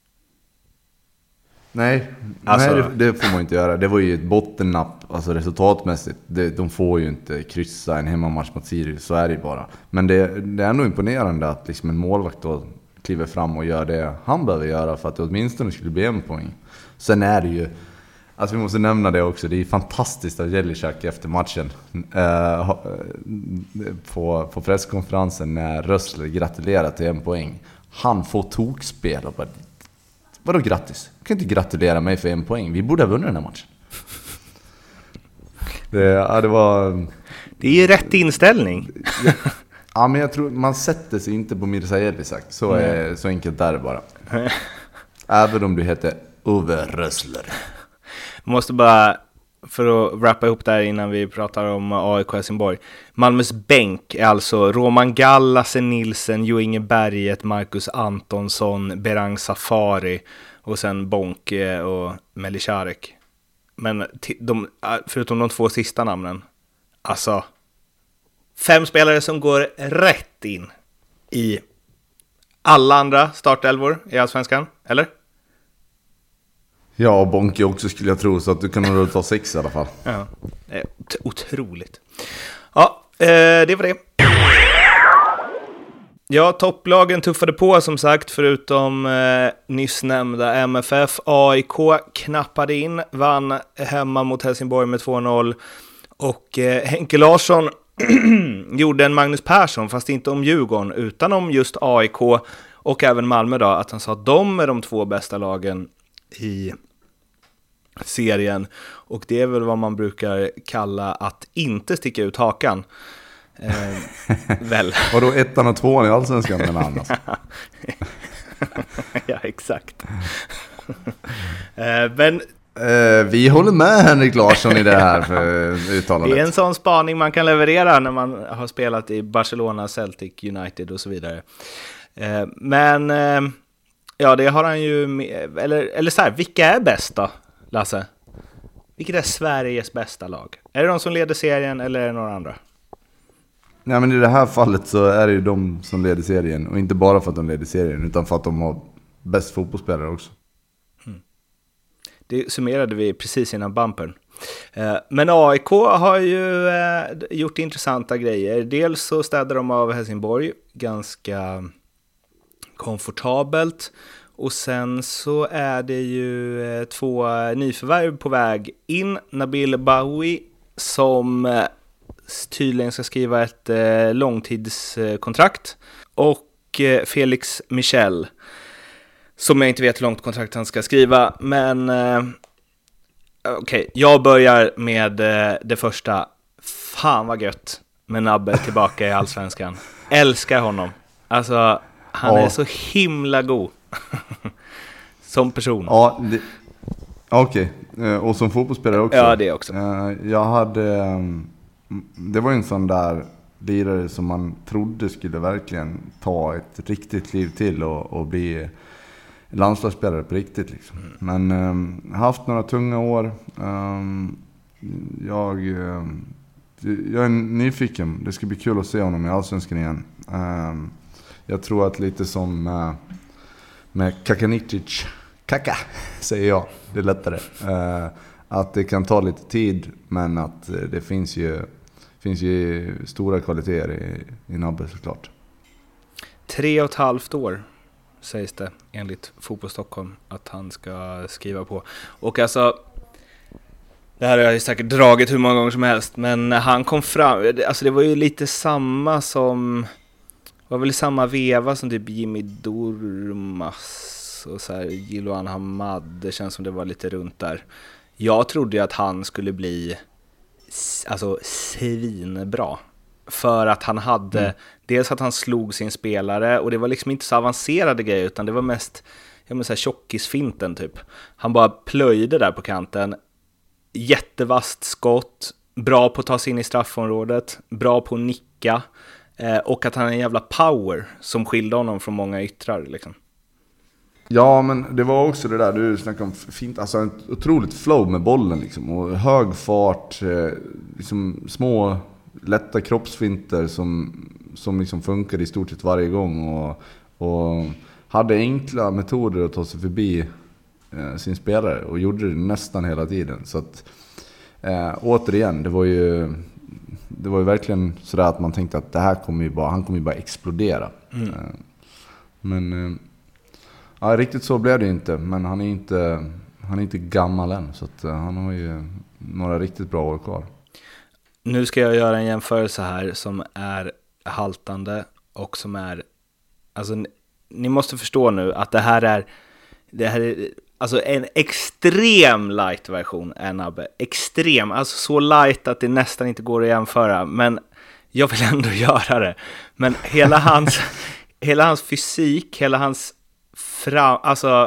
Nej, alltså, nej det, det får man inte göra. Det var ju ett bottennapp, alltså resultatmässigt. Det, de får ju inte kryssa en hemmamatch mot Sirius, så är det bara. Men det, det är ändå imponerande att liksom en målvakt då kliver fram och gör det han behöver göra för att det åtminstone skulle bli en poäng. Sen är det ju, alltså vi måste nämna det också, det är fantastiskt av Jelichak efter matchen eh, på, på presskonferensen när Rössler gratulerar till en poäng. Han får tokspel och bara, vadå grattis? Du kan inte gratulera mig för en poäng, vi borde ha vunnit den här matchen. Det, ja, det var... Det är ju rätt inställning. Ja, ja, men jag tror man sätter sig inte på Mirza Jelichak. Så, är, så enkelt är det bara. Även om du heter Uwe Rössler. Måste bara, för att wrappa ihop där innan vi pratar om A I K Helsingborg. Malmös bänk är alltså Roman Gall, Lasse Nilsen, Jo Inge Berget, Marcus Antonsson, Berang Safari och sen Bonke och Melicharek. Men de, förutom de två sista namnen, alltså fem spelare som går rätt in i alla andra startelvor i Allsvenskan, eller? Ja, och Bonke också skulle jag tro, så att du kan nog ta sex i alla fall. Ja, det är otroligt. Ja, eh, det var det. Ja, topplagen tuffade på som sagt, förutom eh, nyss nämnda M F F. A I K knappade in, vann hemma mot Helsingborg med två noll. Och eh, Henke Larsson gjorde en Magnus Persson, fast inte om Djurgården utan om just A I K och även Malmö då, att han sa att de är de två bästa lagen i serien, och det är väl vad man brukar kalla att inte sticka ut hakan. Eh, väl. Och då ettan och tvåan i Allsvenskan med annars. Ja, exakt. eh, men eh, vi håller med Henrik Larsson i det här för uttalandet. Det är en sån spaning man kan leverera när man har spelat i Barcelona, Celtic, United och så vidare. Eh, men eh, ja, det har han ju med, eller, eller så här, vilka är bäst då, Lasse? Vilket är Sveriges bästa lag? Är det de som leder serien eller är det några andra? Nej, men i det här fallet så är det ju de som leder serien. Och inte bara för att de leder serien, utan för att de har bäst fotbollsspelare också. Mm. Det summerade vi precis innan bumpern. Men A I K har ju gjort intressanta grejer. Dels så städade de av Helsingborg ganska komfortabelt. Och sen så är det ju två nyförvärv på väg in. Nabil Bahoui som tydligen ska skriva ett eh, långtidskontrakt, och eh, Felix Michel som jag inte vet hur långt kontrakt han ska skriva, men eh, okej, okay. Jag börjar med eh, det första. Fan vad gött med Nabbe tillbaka i Allsvenskan. Älskar honom. Alltså han ja. är så himla god som person. Ja, det... okej. Okay. Och som fotbollsspelare också. Ja, det också. Jag hade det var en sån där lirare som man trodde skulle verkligen ta ett riktigt liv till och, och bli landslagsspelare på riktigt liksom. Mm. Men um, haft några tunga år. Um, jag um, jag är nyfiken. Det ska bli kul att se honom i Allsvenskan igen. Um, jag tror att lite som uh, med Kakanicic, Kaka säger jag, det är lättare. Uh, att det kan ta lite tid, men att uh, det finns ju finns ju stora kvaliteter i, i Nabbe såklart. Tre och ett halvt år sägs det enligt Fotboll Stockholm att han ska skriva på. Och alltså, det här har jag ju säkert dragit hur många gånger som helst, men när han kom fram, alltså det var ju lite samma som, var väl samma veva som typ Jimmy Durmaz Diaz och så här Giloan Hamad, det känns som det var lite runt där. Jag trodde ju att han skulle bli alltså svinbra. För att han hade, mm. dels att han slog sin spelare, och det var liksom inte så avancerade grejer, utan det var mest, jag menar så här tjockisfinten typ. Han bara plöjde där på kanten, jättevast skott, bra på att ta sig in i straffområdet, bra på att nicka, eh, och att han är en jävla power som skilde honom från många yttrar liksom. Ja, men det var också det där du snackade om, fint, alltså en otroligt flow med bollen liksom, och hög fart, eh, liksom små lätta kroppsfinter som, som liksom funkar i stort sett varje gång, och, och hade enkla metoder att ta sig förbi eh, sin spelare, och gjorde det nästan hela tiden. Så att eh, återigen, det var ju det var ju verkligen sådär att man tänkte att det här kommer ju bara, han kommer ju bara explodera. Mm. Eh, men eh, ja, riktigt så blev det inte, men han är inte han är inte gammal än, så att, eh, han har ju några riktigt bra år kvar. Nu ska jag göra en jämförelse här som är haltande och som är, alltså ni måste förstå nu att det här är det här är alltså en extrem light version av Nabbe. Extrem, alltså så light att det nästan inte går att jämföra, men jag vill ändå göra det. Men hela hans hela hans fysik, hela hans fram, alltså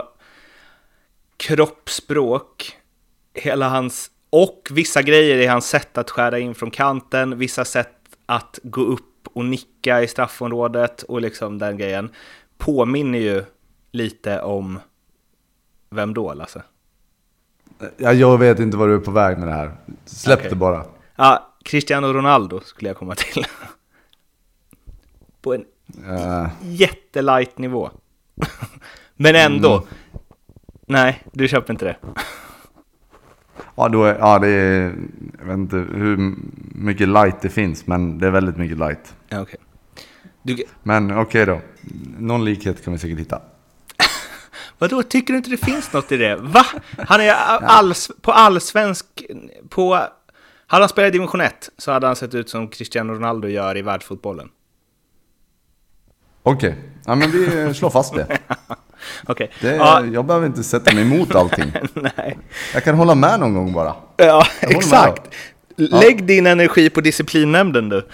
kroppsspråk, hela hans, och vissa grejer i hans sätt att skära in från kanten, vissa sätt att gå upp och nicka i straffområdet och liksom den grejen påminner ju lite om vem då, Lasse? Ja, jag vet inte vad du är på väg med det här. Släpp okay. det bara. Ja, Cristiano Ronaldo skulle jag komma till. På en uh. jättelight nivå. Men ändå. Mm. Nej, du köper inte det. Ja, då är, ja, det är, jag vet inte hur mycket light det finns, men det är väldigt mycket light. Ja, okay. Du... Men okej okay då. Någon likhet kan vi säkert hitta. Vadå, tycker du inte det finns något i det? Va? Han är all, på allsvensk, på, hade han spelat i division ett så hade han sett ut som Cristiano Ronaldo gör i världsfotbollen. Okej, okay. Ja, men vi slår fast det. Okay. det ja. Jag behöver inte sätta mig emot allting. Nej. Jag kan hålla med någon gång bara. Ja, exakt. Lägg ja. din energi på disciplinnämnden du.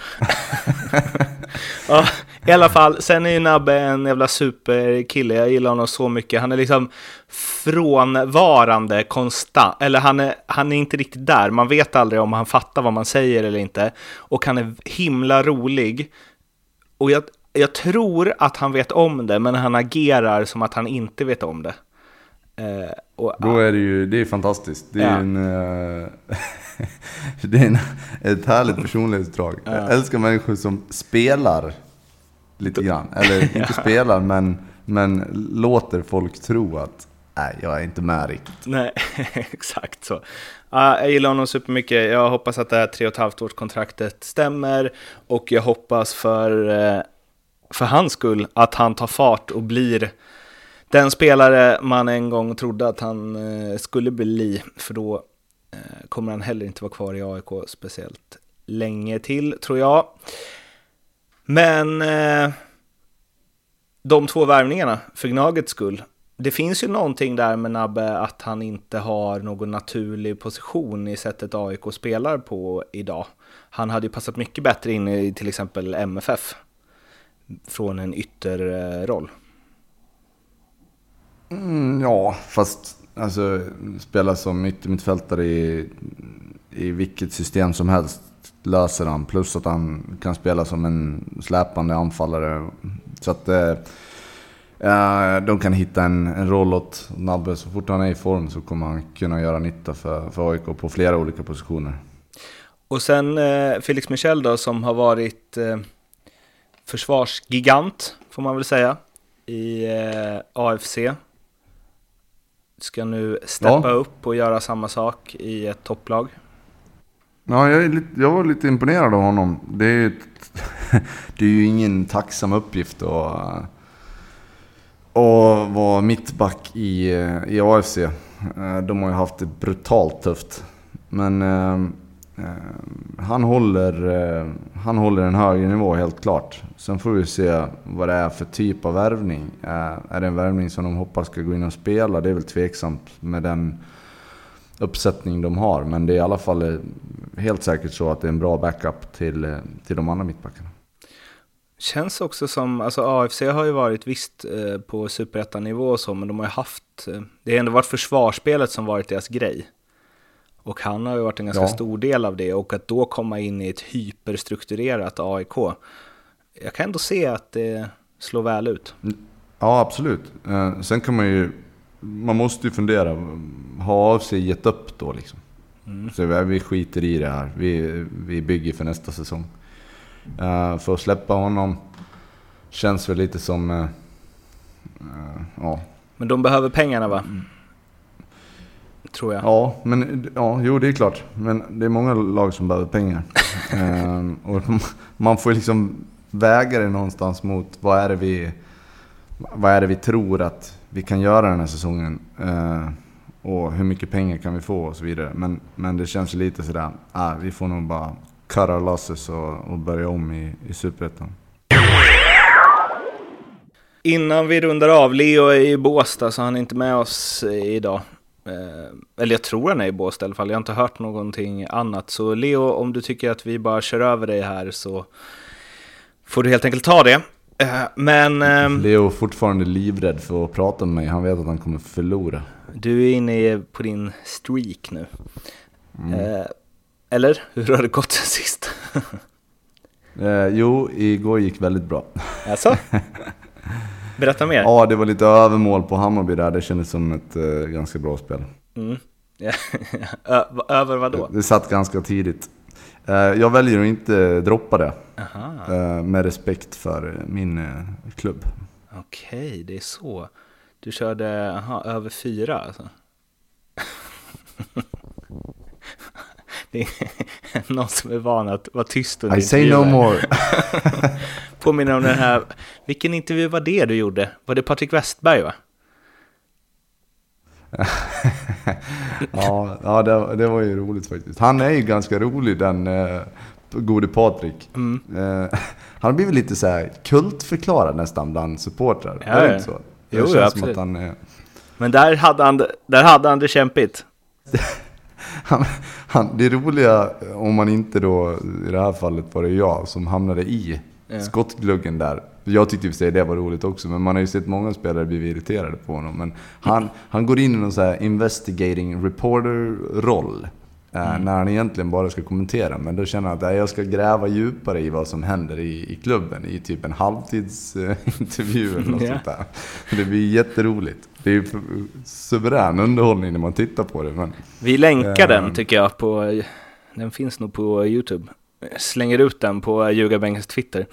Ja, i alla fall, sen är ju Nabbe en jävla superkille. Jag gillar honom så mycket. Han är liksom frånvarande konstant. Eller han är, han är inte riktigt där. Man vet aldrig om han fattar vad man säger eller inte. Och han är himla rolig. Och jag, jag tror att han vet om det, men han agerar som att han inte vet om det. Eh, och, Då är det ju, det är fantastiskt. Det är ja. en... Uh... det är en, ett härligt personlighetsdrag. Ja. Jag älskar människor som spelar lite grann. Eller inte ja. spelar, men, men låter folk tro att nej, jag är inte med riktigt. Nej, exakt så. Ja, jag gillar honom supermycket. Jag hoppas att det här tre och ett halvt års kontraktet stämmer. Och jag hoppas för, för hans skull att han tar fart och blir den spelare man en gång trodde att han skulle bli. För då kommer han heller inte vara kvar i A I K speciellt länge till, tror jag. Men eh, de två värvningarna för Gnagets skull, det finns ju någonting där med Nabbe att han inte har någon naturlig position i sättet A I K spelar på idag. Han hade ju passat mycket bättre in i till exempel M F F från en ytterroll. Mm, ja, fast alltså spela som yttermittfältare i, i vilket system som helst löser han, plus att han kan spela som en släpande anfallare, så att eh, de kan hitta en, en roll åt Nabbe. Så fort han är i form så kommer han kunna göra nytta för, för A I K på flera olika positioner. Och sen eh, Felix Michel då, som har varit eh, försvarsgigant får man väl säga i eh, A F C, ska nu steppa ja. upp och göra samma sak i ett topplag. Ja, jag, är lite, jag var lite imponerad av honom. Det är ju, ett, det är ju ingen tacksam uppgift att, att vara mittback i, i A F C. De har ju haft det brutalt tufft. Men han, håller, han håller en högre nivå helt klart. Sen får vi se vad det är för typ av värvning. Är det en värvning som de hoppas ska gå in och spela? Det är väl tveksamt med den uppsättning de har. Men det är i alla fall helt säkert så att det är en bra backup till, till de andra mittbackarna. Känns också som, alltså A F C har ju varit visst eh, på superettanivå och så, men de har ju haft, eh, det har ändå varit försvarsspelet som varit deras grej. Och han har ju varit en ganska ja. stor del av det, och att då komma in i ett hyperstrukturerat A I K. Jag kan ändå se att det slår väl ut. Ja, absolut. Eh, sen kan man ju, man måste ju fundera, har A F C gett upp då liksom? Mm. Så vi, vi skiter i det här, vi, vi bygger för nästa säsong. Uh, för att släppa honom känns väl lite som uh, uh, ja. Men de behöver pengarna, va? Mm. Tror jag. Ja, men ja, jo, det är klart. Men det är många lag som behöver pengar. uh, och man får liksom väga det någonstans mot vad är det vi vad är det vi tror att vi kan göra den här säsongen, uh, och hur mycket pengar kan vi få och så vidare. Men, men det känns lite sådär, uh, vi får nog bara cut our losses och, och börja om i, i Superettan. Innan vi rundar av, Leo är i Båstad så han är inte med oss idag. Eh, eller jag tror han är i Båstad i alla fall, jag har inte hört någonting annat. Så Leo, om du tycker att vi bara kör över dig här så får du helt enkelt ta det. Eh, men eh, Leo är fortfarande livrädd för att prata med mig, han vet att han kommer förlora. Du är inne på din streak nu. Mm. Eh, Eller? Hur har det gått sen sist? eh, jo, igår gick väldigt bra. Alltså? Berätta mer. Ja, det var lite övermål på Hammarby där. Det kändes som ett eh, ganska bra spel. Mm. Ö- över vad då? Det, det satt ganska tidigt. Eh, jag väljer att inte droppa det. Eh, med respekt för min eh, klubb. Okej, okay, det är så. Du körde aha, över fyra alltså. Det är någon som är van att vara tyst under I say no more. Påminner om den här. Vilken intervju var det du gjorde? Var det Patrik Westberg, va? ja, ja det, det var ju roligt faktiskt. Han är ju ganska rolig, den eh, gode Patrik. Mm. Eh, han har blivit lite så här kultförklarad nästan bland supportrar. Ja, är det inte så? Det jo, känns absolut. som att han, eh... Men där hade han, där hade han det kämpigt. Han, han, det roliga, om man inte då, i det här fallet var det jag som hamnade i ja. skottgluggen där. Jag tyckte att det var roligt också, men man har ju sett många spelare bli irriterade på honom. Men han, han går in i någon så här investigating reporter-roll mm. när han egentligen bara ska kommentera. Men då känner han att jag ska gräva djupare i vad som händer i, i klubben i typ en halvtidsintervju eller något ja. sånt där. Det blir jätteroligt. Det är ju suverän underhållning när man tittar på det. Men, vi länkar äh, den tycker jag på, den finns nog på YouTube. Slänger ut den på Ljugarbänkens Twitter.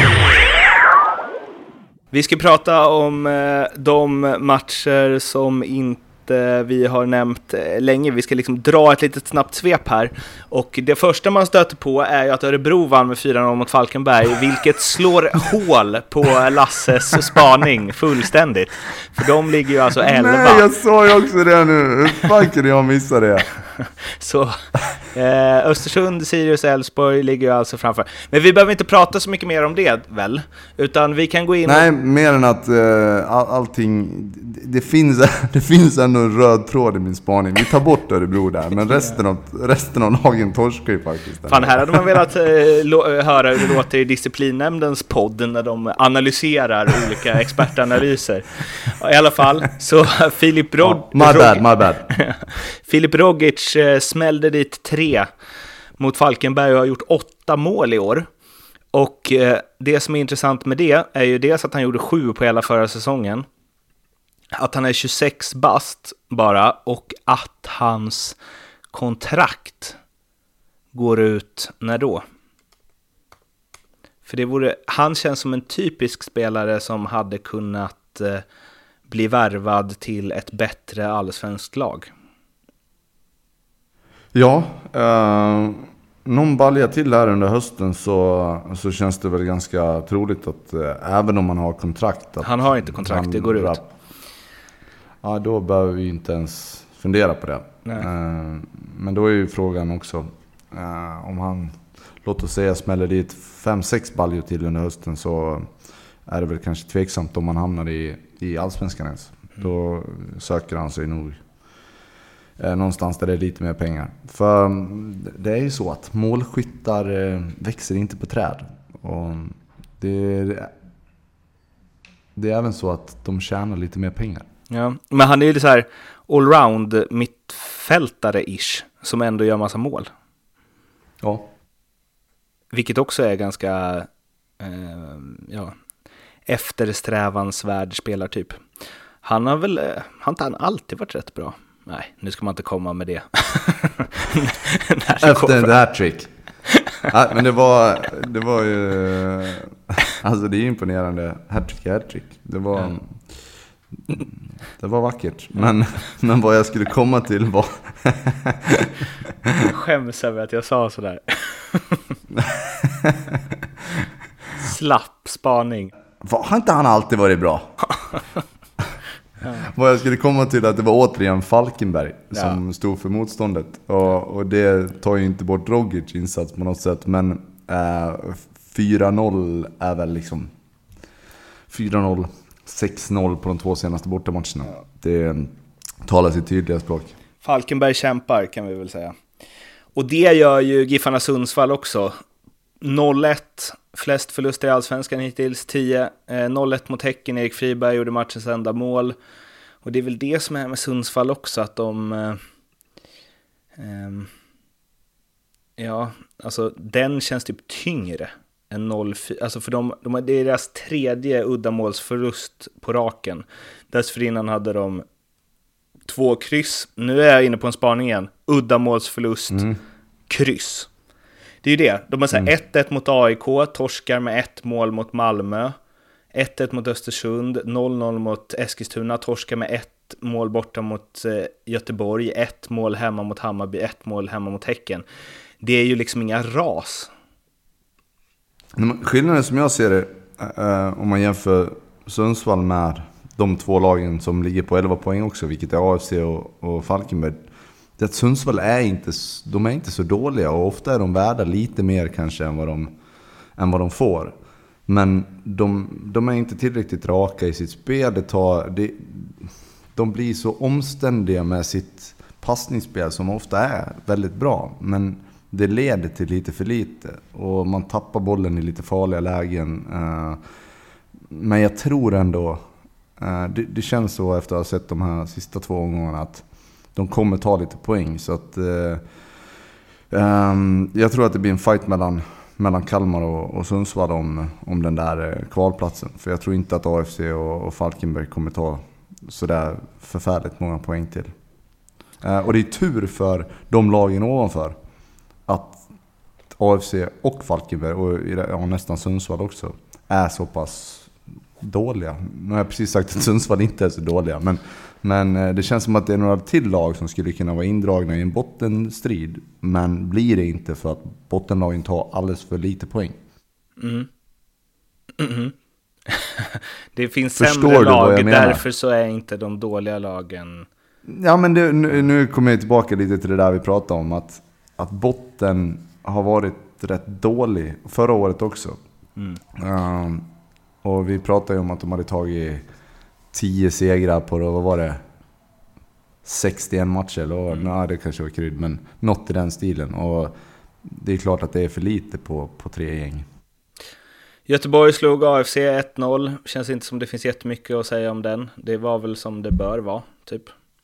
Vi ska prata om eh, de matcher som inte vi har nämnt eh, länge. Vi ska liksom dra ett litet snabbt svep här. Och det första man stöter på är ju att Örebro vann med fyra noll mot Falkenberg, vilket slår hål på Lasses spaning fullständigt. För de ligger ju alltså elva. Nej, jag sa ju också det nu. Hur fan kunde jag missa det? Så eh, Östersund, Sirius, Elfsborg ligger ju alltså framför. Men vi behöver inte prata så mycket mer om det väl, utan vi kan gå in. Nej, och... mer än att eh, all, allting det, det finns det finns ändå en röd tråd i min spaning. Vi tar bort Örebro där, men resten av resten av lagen torskar ju faktiskt. Fan, här hade man velat eh, lo- höra hur det låter i disciplinnämndens podd när de analyserar olika expertanalyser. I alla fall så Filip Rog... ja, my bad, my bad. Filip Rogic eh, smällde dit tre mot Falkenberg och har gjort åtta mål i år. Och eh, det som är intressant med det är ju dels att han gjorde sju på hela förra säsongen. Att han är tjugosex bast bara, och att hans kontrakt går ut när då? För det vore, han känns som en typisk spelare som hade kunnat eh, bli värvad till ett bättre allsvenskt lag. Ja, eh, någon balja till här under hösten så, så känns det väl ganska troligt att eh, även om man har kontrakt. Att han har inte kontrakt, det går ut. Rapp, ja, då behöver vi inte ens fundera på det. Eh, men då är ju frågan också, Uh, om han, låt oss säga, smäller dit fem sex baljor till under hösten, så är det väl kanske tveksamt om man hamnar i, i Allsvenskan ens. Mm. Då söker han sig nog eh, någonstans där det är lite mer pengar. För det är ju så att målskyttar eh, växer inte på träd. Och det, det är även så att de tjänar lite mer pengar. Ja, men han är ju så här allround mittfältare-ish som ändå gör massa mål. Ja. Vilket också är ganska eh, ja, eftersträvansvärd spelartyp. Han har väl, har inte han alltid varit rätt bra? Nej, nu ska man inte komma med det. Efter en hattrick. Ja, men det var, det var ju, alltså det är imponerande. Hattrick är hattrick. Det var, mm. det var vackert. Men, men vad jag skulle komma till var... Jag skäms över att jag sa sådär. Slapp spaning. Har inte han alltid varit bra? Ja. Vad jag skulle komma till att det var återigen Falkenberg som ja. stod för motståndet. Och, och det tar ju inte bort Rogic insats på något sätt. Men eh, fyra noll är väl liksom fyra noll, sex noll på de två senaste bortamatcherna. Ja. Det talar sitt tydliga språk. Falkenberg kämpar, kan vi väl säga. Och det gör ju Giffarna Sundsvall också. noll ett, flest förluster i Allsvenskan hittills, tio. Eh, noll ett mot Häcken, Erik Friberg gjorde matchens enda mål. Och det är väl det som är med Sundsvall också, att de... Eh, eh, ja, alltså den känns typ tyngre än noll fyra. Alltså för de, de, det är deras tredje uddamålsförlust på raken. Dessförinnan hade de två kryss. Nu är jag inne på en spaning igen. Uddamålsförlust, mm. kryss. Det är ju det. De har så här mm. ett ett mot A I K, torskar med ett mål mot Malmö. ett ett mot Östersund, noll noll mot Eskilstuna, torskar med ett mål borta mot eh, Göteborg, ett mål hemma mot Hammarby, ett mål hemma mot Häcken. Det är ju liksom inga ras. Skillnaden som jag ser det, eh, om man jämför Sundsvall med de två lagen som ligger på elva poäng också, vilket är A F C och, och Falkenberg, det att Sundsvall är inte, de är inte så dåliga, och ofta är de värda lite mer kanske än vad de, än vad de får. Men de, de är inte tillräckligt raka i sitt spel. Det tar, det, de blir så omständiga med sitt passningsspel som ofta är väldigt bra. Men det leder till lite för lite. Och man tappar bollen i lite farliga lägen. Men jag tror ändå, det, det känns så efter att ha sett de här sista två omgångarna, att de kommer ta lite poäng. Så att, um, jag tror att det blir en fight mellan mellan Kalmar och, och Sundsvall om, om den där kvalplatsen. För jag tror inte att A F C och, och Falkenberg kommer ta sådär förfärligt många poäng till. Eh, och det är tur för de lagen ovanför att A F C och Falkenberg, och ja, nästan Sundsvall också, är så pass dåliga. Nu har jag precis sagt att Sundsvall inte är så dåliga, men Men det känns som att det är några till lag som skulle kunna vara indragna i en bottenstrid. Men blir det inte, för att bottenlagen tar alldeles för lite poäng. Mm. Mm-hmm. Det finns Förstår sämre lag, menar? därför så är inte de dåliga lagen... Ja, men det, nu, nu kommer jag tillbaka lite till det där vi pratade om. Att, att botten har varit rätt dålig. Förra året också. Mm. Um, och vi pratade ju om att de hade tagit... tio segrar på det, vad var det? sextioen matcher, eller mm. nej, det kanske var krydd, men något i den stilen. Och det är klart att det är för lite på, på tre gäng. Göteborg slog A F C ett noll. Känns inte som det finns jättemycket att säga om den. Det var väl som det bör vara, typ.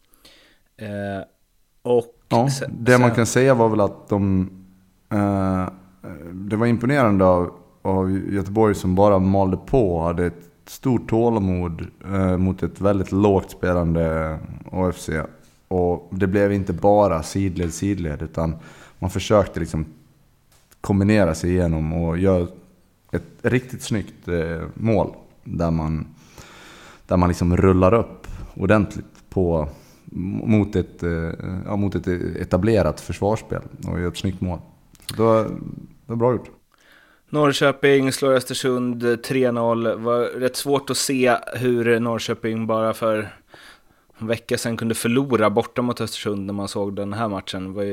Eh, och ja, sen, det man kan säga var väl att de eh, det var imponerande av, av Göteborg, som bara malde på, hade ett stort tålamod eh, mot ett väldigt lågt spelande A F C. Och det blev inte bara sidled sidled, utan man försökte liksom kombinera sig igenom och göra ett riktigt snyggt eh, mål där man där man liksom rullar upp ordentligt på mot ett eh, ja, mot ett etablerat försvarsspel och gör ett snyggt mål. Så då, det var bra gjort. Norrköping slår Östersund tre noll. Det var rätt svårt att se hur Norrköping bara för en vecka sedan kunde förlora borta mot Östersund när man såg den här matchen. Det var ju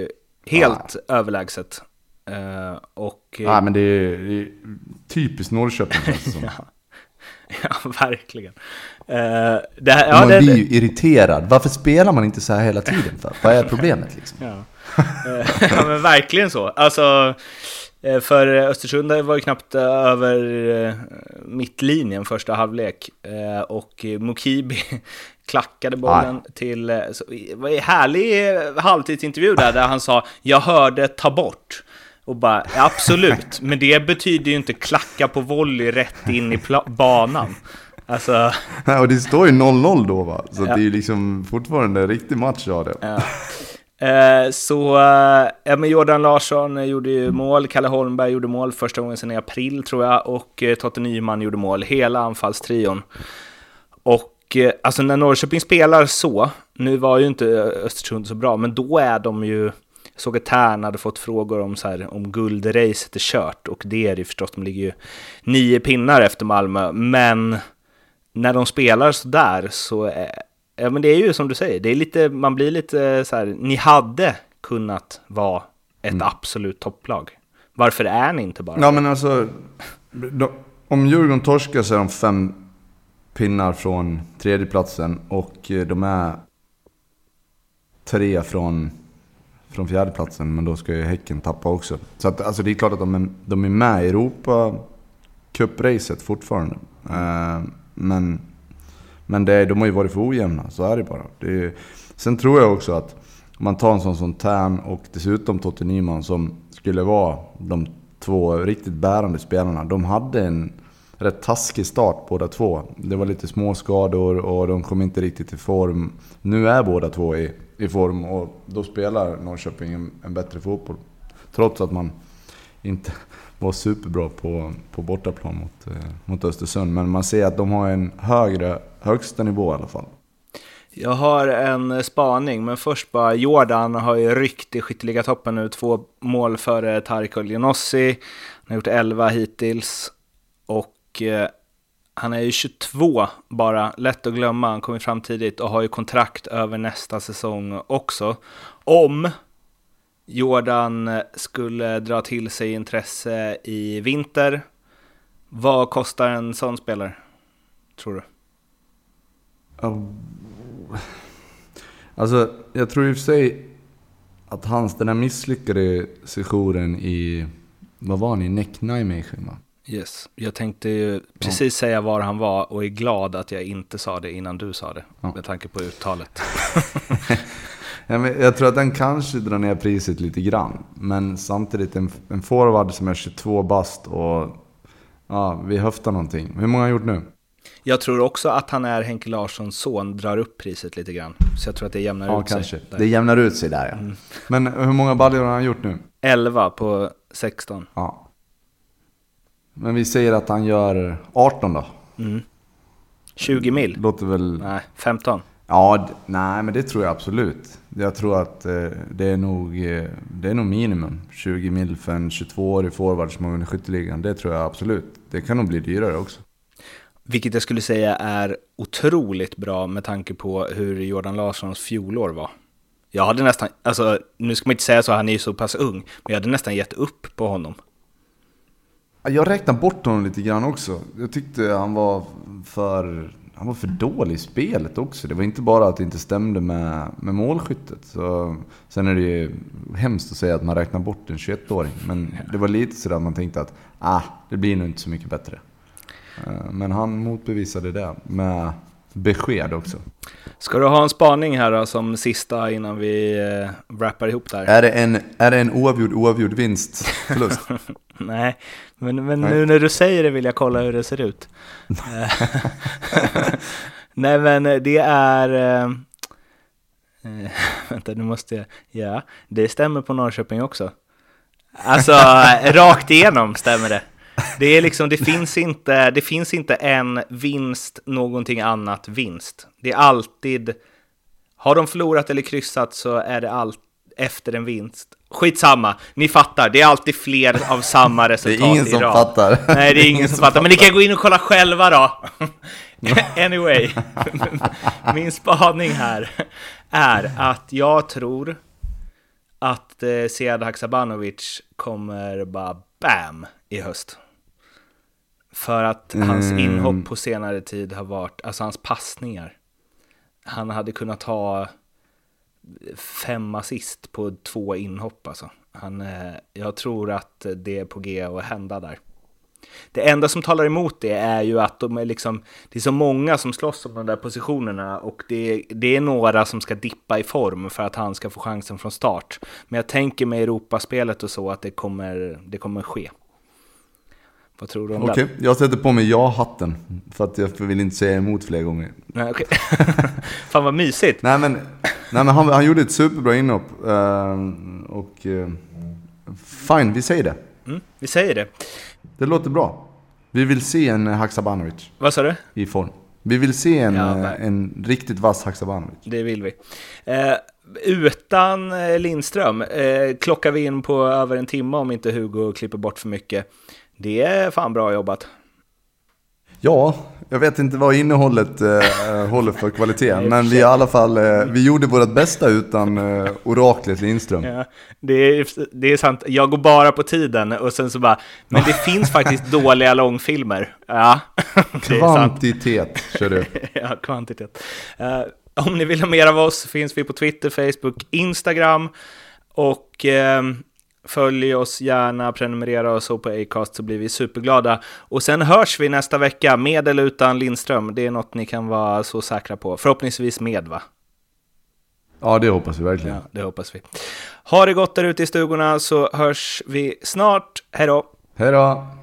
Helt ah. överlägset. Uh, och, ja, men det är, det är typiskt Norrköping. ja. ja, verkligen. Uh, det här, ja, man det, blir ju irriterad. Varför spelar man inte så här hela tiden? För? Vad är problemet liksom? ja. Uh, ja, men verkligen så. Alltså, för Östersund var ju knappt över mittlinjen första halvlek. Och Mukibi klackade bollen Aj. till... Så, det var en härlig halvtidsintervju där, där han sa, jag hörde ta bort. Och bara, absolut, men det betyder ju inte klacka på volley rätt in i pla- banan. Alltså... Ja, och det står ju noll noll då, va? Så ja. Det är ju liksom fortfarande en riktig match av det. Ja. Eh, så, eh, men Jordan Larsson gjorde ju mål, Kalle Holmberg gjorde mål första gången sedan i april tror jag, och eh, Totte Nyman gjorde mål, hela anfallstrion. Och eh, alltså när Norrköping spelar så, nu var ju inte Östersund så bra, men då är de ju... Jag såg att Tärn hade fått frågor om, så här, om guldracet är kört, och det är det förstås, de ligger ju nio pinnar efter Malmö, men när de spelar så där så är, ja, men det är ju som du säger, det är lite, man blir lite så här, ni hade kunnat vara ett mm. absolut topplag. Varför är ni inte bara? Ja, men alltså de, om Djurgården torskar så är de fem pinnar från tredjeplatsen, och de är tre från från fjärdeplatsen, men då ska ju Häcken tappa också. Så att, alltså det är klart att de är, de är med i Europa Cup-racet fortfarande. Uh, men men det, de har ju varit för ojämna, så är det bara. Det är, sen tror jag också att om man tar en sån som Tärn och dessutom Totte Nyman som skulle vara de två riktigt bärande spelarna, de hade en rätt taskig start båda två. Det var lite små skador och de kom inte riktigt i form. Nu är båda två i i form, och då spelar Norrköping en, en bättre fotboll. Trots att man inte var superbra på, på bortaplan mot, eh, mot Östersund. Men man ser att de har en högre, högsta nivå i alla fall. Jag har en spaning, men först bara, Jordan har ju ryckt i skytteliga toppen nu. Två mål före Tarik Elionossi. Han har gjort elva hittills. Och... Eh, han är ju tjugotvå bara, lätt att glömma, han kommer fram tidigt och har ju kontrakt över nästa säsong också. Om Jordan skulle dra till sig intresse i vinter, vad kostar en sån spelare, tror du? Oh. Alltså, jag tror i och för sig att hans, den här misslyckade sessionen i, vad var han i, Neck-Nijmegen, va? Yes, jag tänkte ju precis säga var han var och är glad att jag inte sa det innan du sa det, ja. Med tanke på uttalet. Ja, men jag tror att den kanske drar ner priset lite grann, men samtidigt en, en forward som är tjugotvå bast och ja, vi höftar någonting. Hur många har gjort nu? Jag tror också att han är Henke Larssons son, drar upp priset lite grann. Så jag tror att det jämnar ja, ut kanske. sig. Där. Det jämnar ut sig där, ja. Mm. Men hur många baljor har han gjort nu? elva på sexton. Ja. Men vi säger att han gör arton då. Mm. tjugo mil. Låter väl... Nej, femton. Ja, d- nej, men det tror jag absolut. Jag tror att eh, det är nog eh, det är nog minimum tjugo mil för en tjugotvåårig forward som har vunnit skytteligan. Det tror jag absolut. Det kan nog bli dyrare också. Vilket jag skulle säga är otroligt bra med tanke på hur Jordan Larssons fjolår var. Jag hade nästan, alltså nu ska man inte säga så, han är ju så pass ung, men jag hade nästan gett upp på honom. Jag räknar bort honom lite grann också. Jag tyckte han var för han var för dålig i spelet också. Det var inte bara att det inte stämde med, med målskyttet. Så, sen är det ju hemskt att säga att man räknar bort en tjugoettåring. Men det var lite sådär att man tänkte att ah, det blir nog inte så mycket bättre. Men han motbevisade det med besked också. Ska du ha en spaning här då, som sista innan vi äh, wrappar ihop där? Är det en, är det en oavgjord, oavgjord vinst förlust? Nej, men, men Nej. Nu när du säger det vill jag kolla hur det ser ut. Nej, men det är... Äh, vänta, nu måste jag... Ja, det stämmer på Norrköping också. Alltså, rakt igenom stämmer det. Det är liksom, det finns inte, det finns inte en vinst, någonting annat vinst. Det är alltid, har de förlorat eller kryssat så är det allt efter en vinst. Skitsamma, ni fattar, det är alltid fler av samma resultat. Det är ingen som fattar. Nej, det är ingen som fattar, men ni kan gå in och kolla själva då. Anyway, min spaning här är att jag tror att eh, Sead Haksabanovic kommer bara bam i höst. För att mm. hans inhopp på senare tid har varit, alltså hans passningar. Han hade kunnat ha fem assist på två inhopp alltså. Han, eh, jag tror att det är på G att hända där. Det enda som talar emot det är ju att de är liksom, det är så många som slåss om de där positionerna och det, det är några som ska dippa i form för att han ska få chansen från start. Men jag tänker med Europaspelet och så att det kommer, det kommer ske. Vad tror du om okay. det? Okej, jag sätter på mig ja-hatten för att jag vill inte säga emot fler gånger. Nej, okay. Fan vad mysigt. Nej men, nej, men han, han gjorde ett superbra inhopp uh, och uh, fine, vi säger det. Mm, vi säger det. Det låter bra. Vi vill se en Haksabanovic. Vad sa du? I form. Vi vill se en, ja, en riktigt vass Haksabanovic. Det vill vi. Eh, utan Lindström eh, klockar vi in på över en timme om inte Hugo klipper bort för mycket. Det är fan bra jobbat. Ja, jag vet inte vad innehållet eh, håller för kvaliteten. Men vi i alla fall, eh, vi gjorde vårt bästa utan eh, oraklet Lindström. Ja, det är, det är sant. Jag går bara på tiden och sen så bara, men det finns faktiskt dåliga långfilmer. Ja, det kvantitet, kör du. Ja, kvantitet. Uh, om ni vill ha mer av oss finns vi på Twitter, Facebook, Instagram och... Uh, följ oss gärna, prenumerera och så på Acast så blir vi superglada. Och sen hörs vi nästa vecka med eller utan Lindström. Det är något ni kan vara så säkra på. Förhoppningsvis med, va? Ja, det hoppas vi verkligen. Ja, det hoppas vi. Ha det gott där ute i stugorna så hörs vi snart. Hej då! Hej då!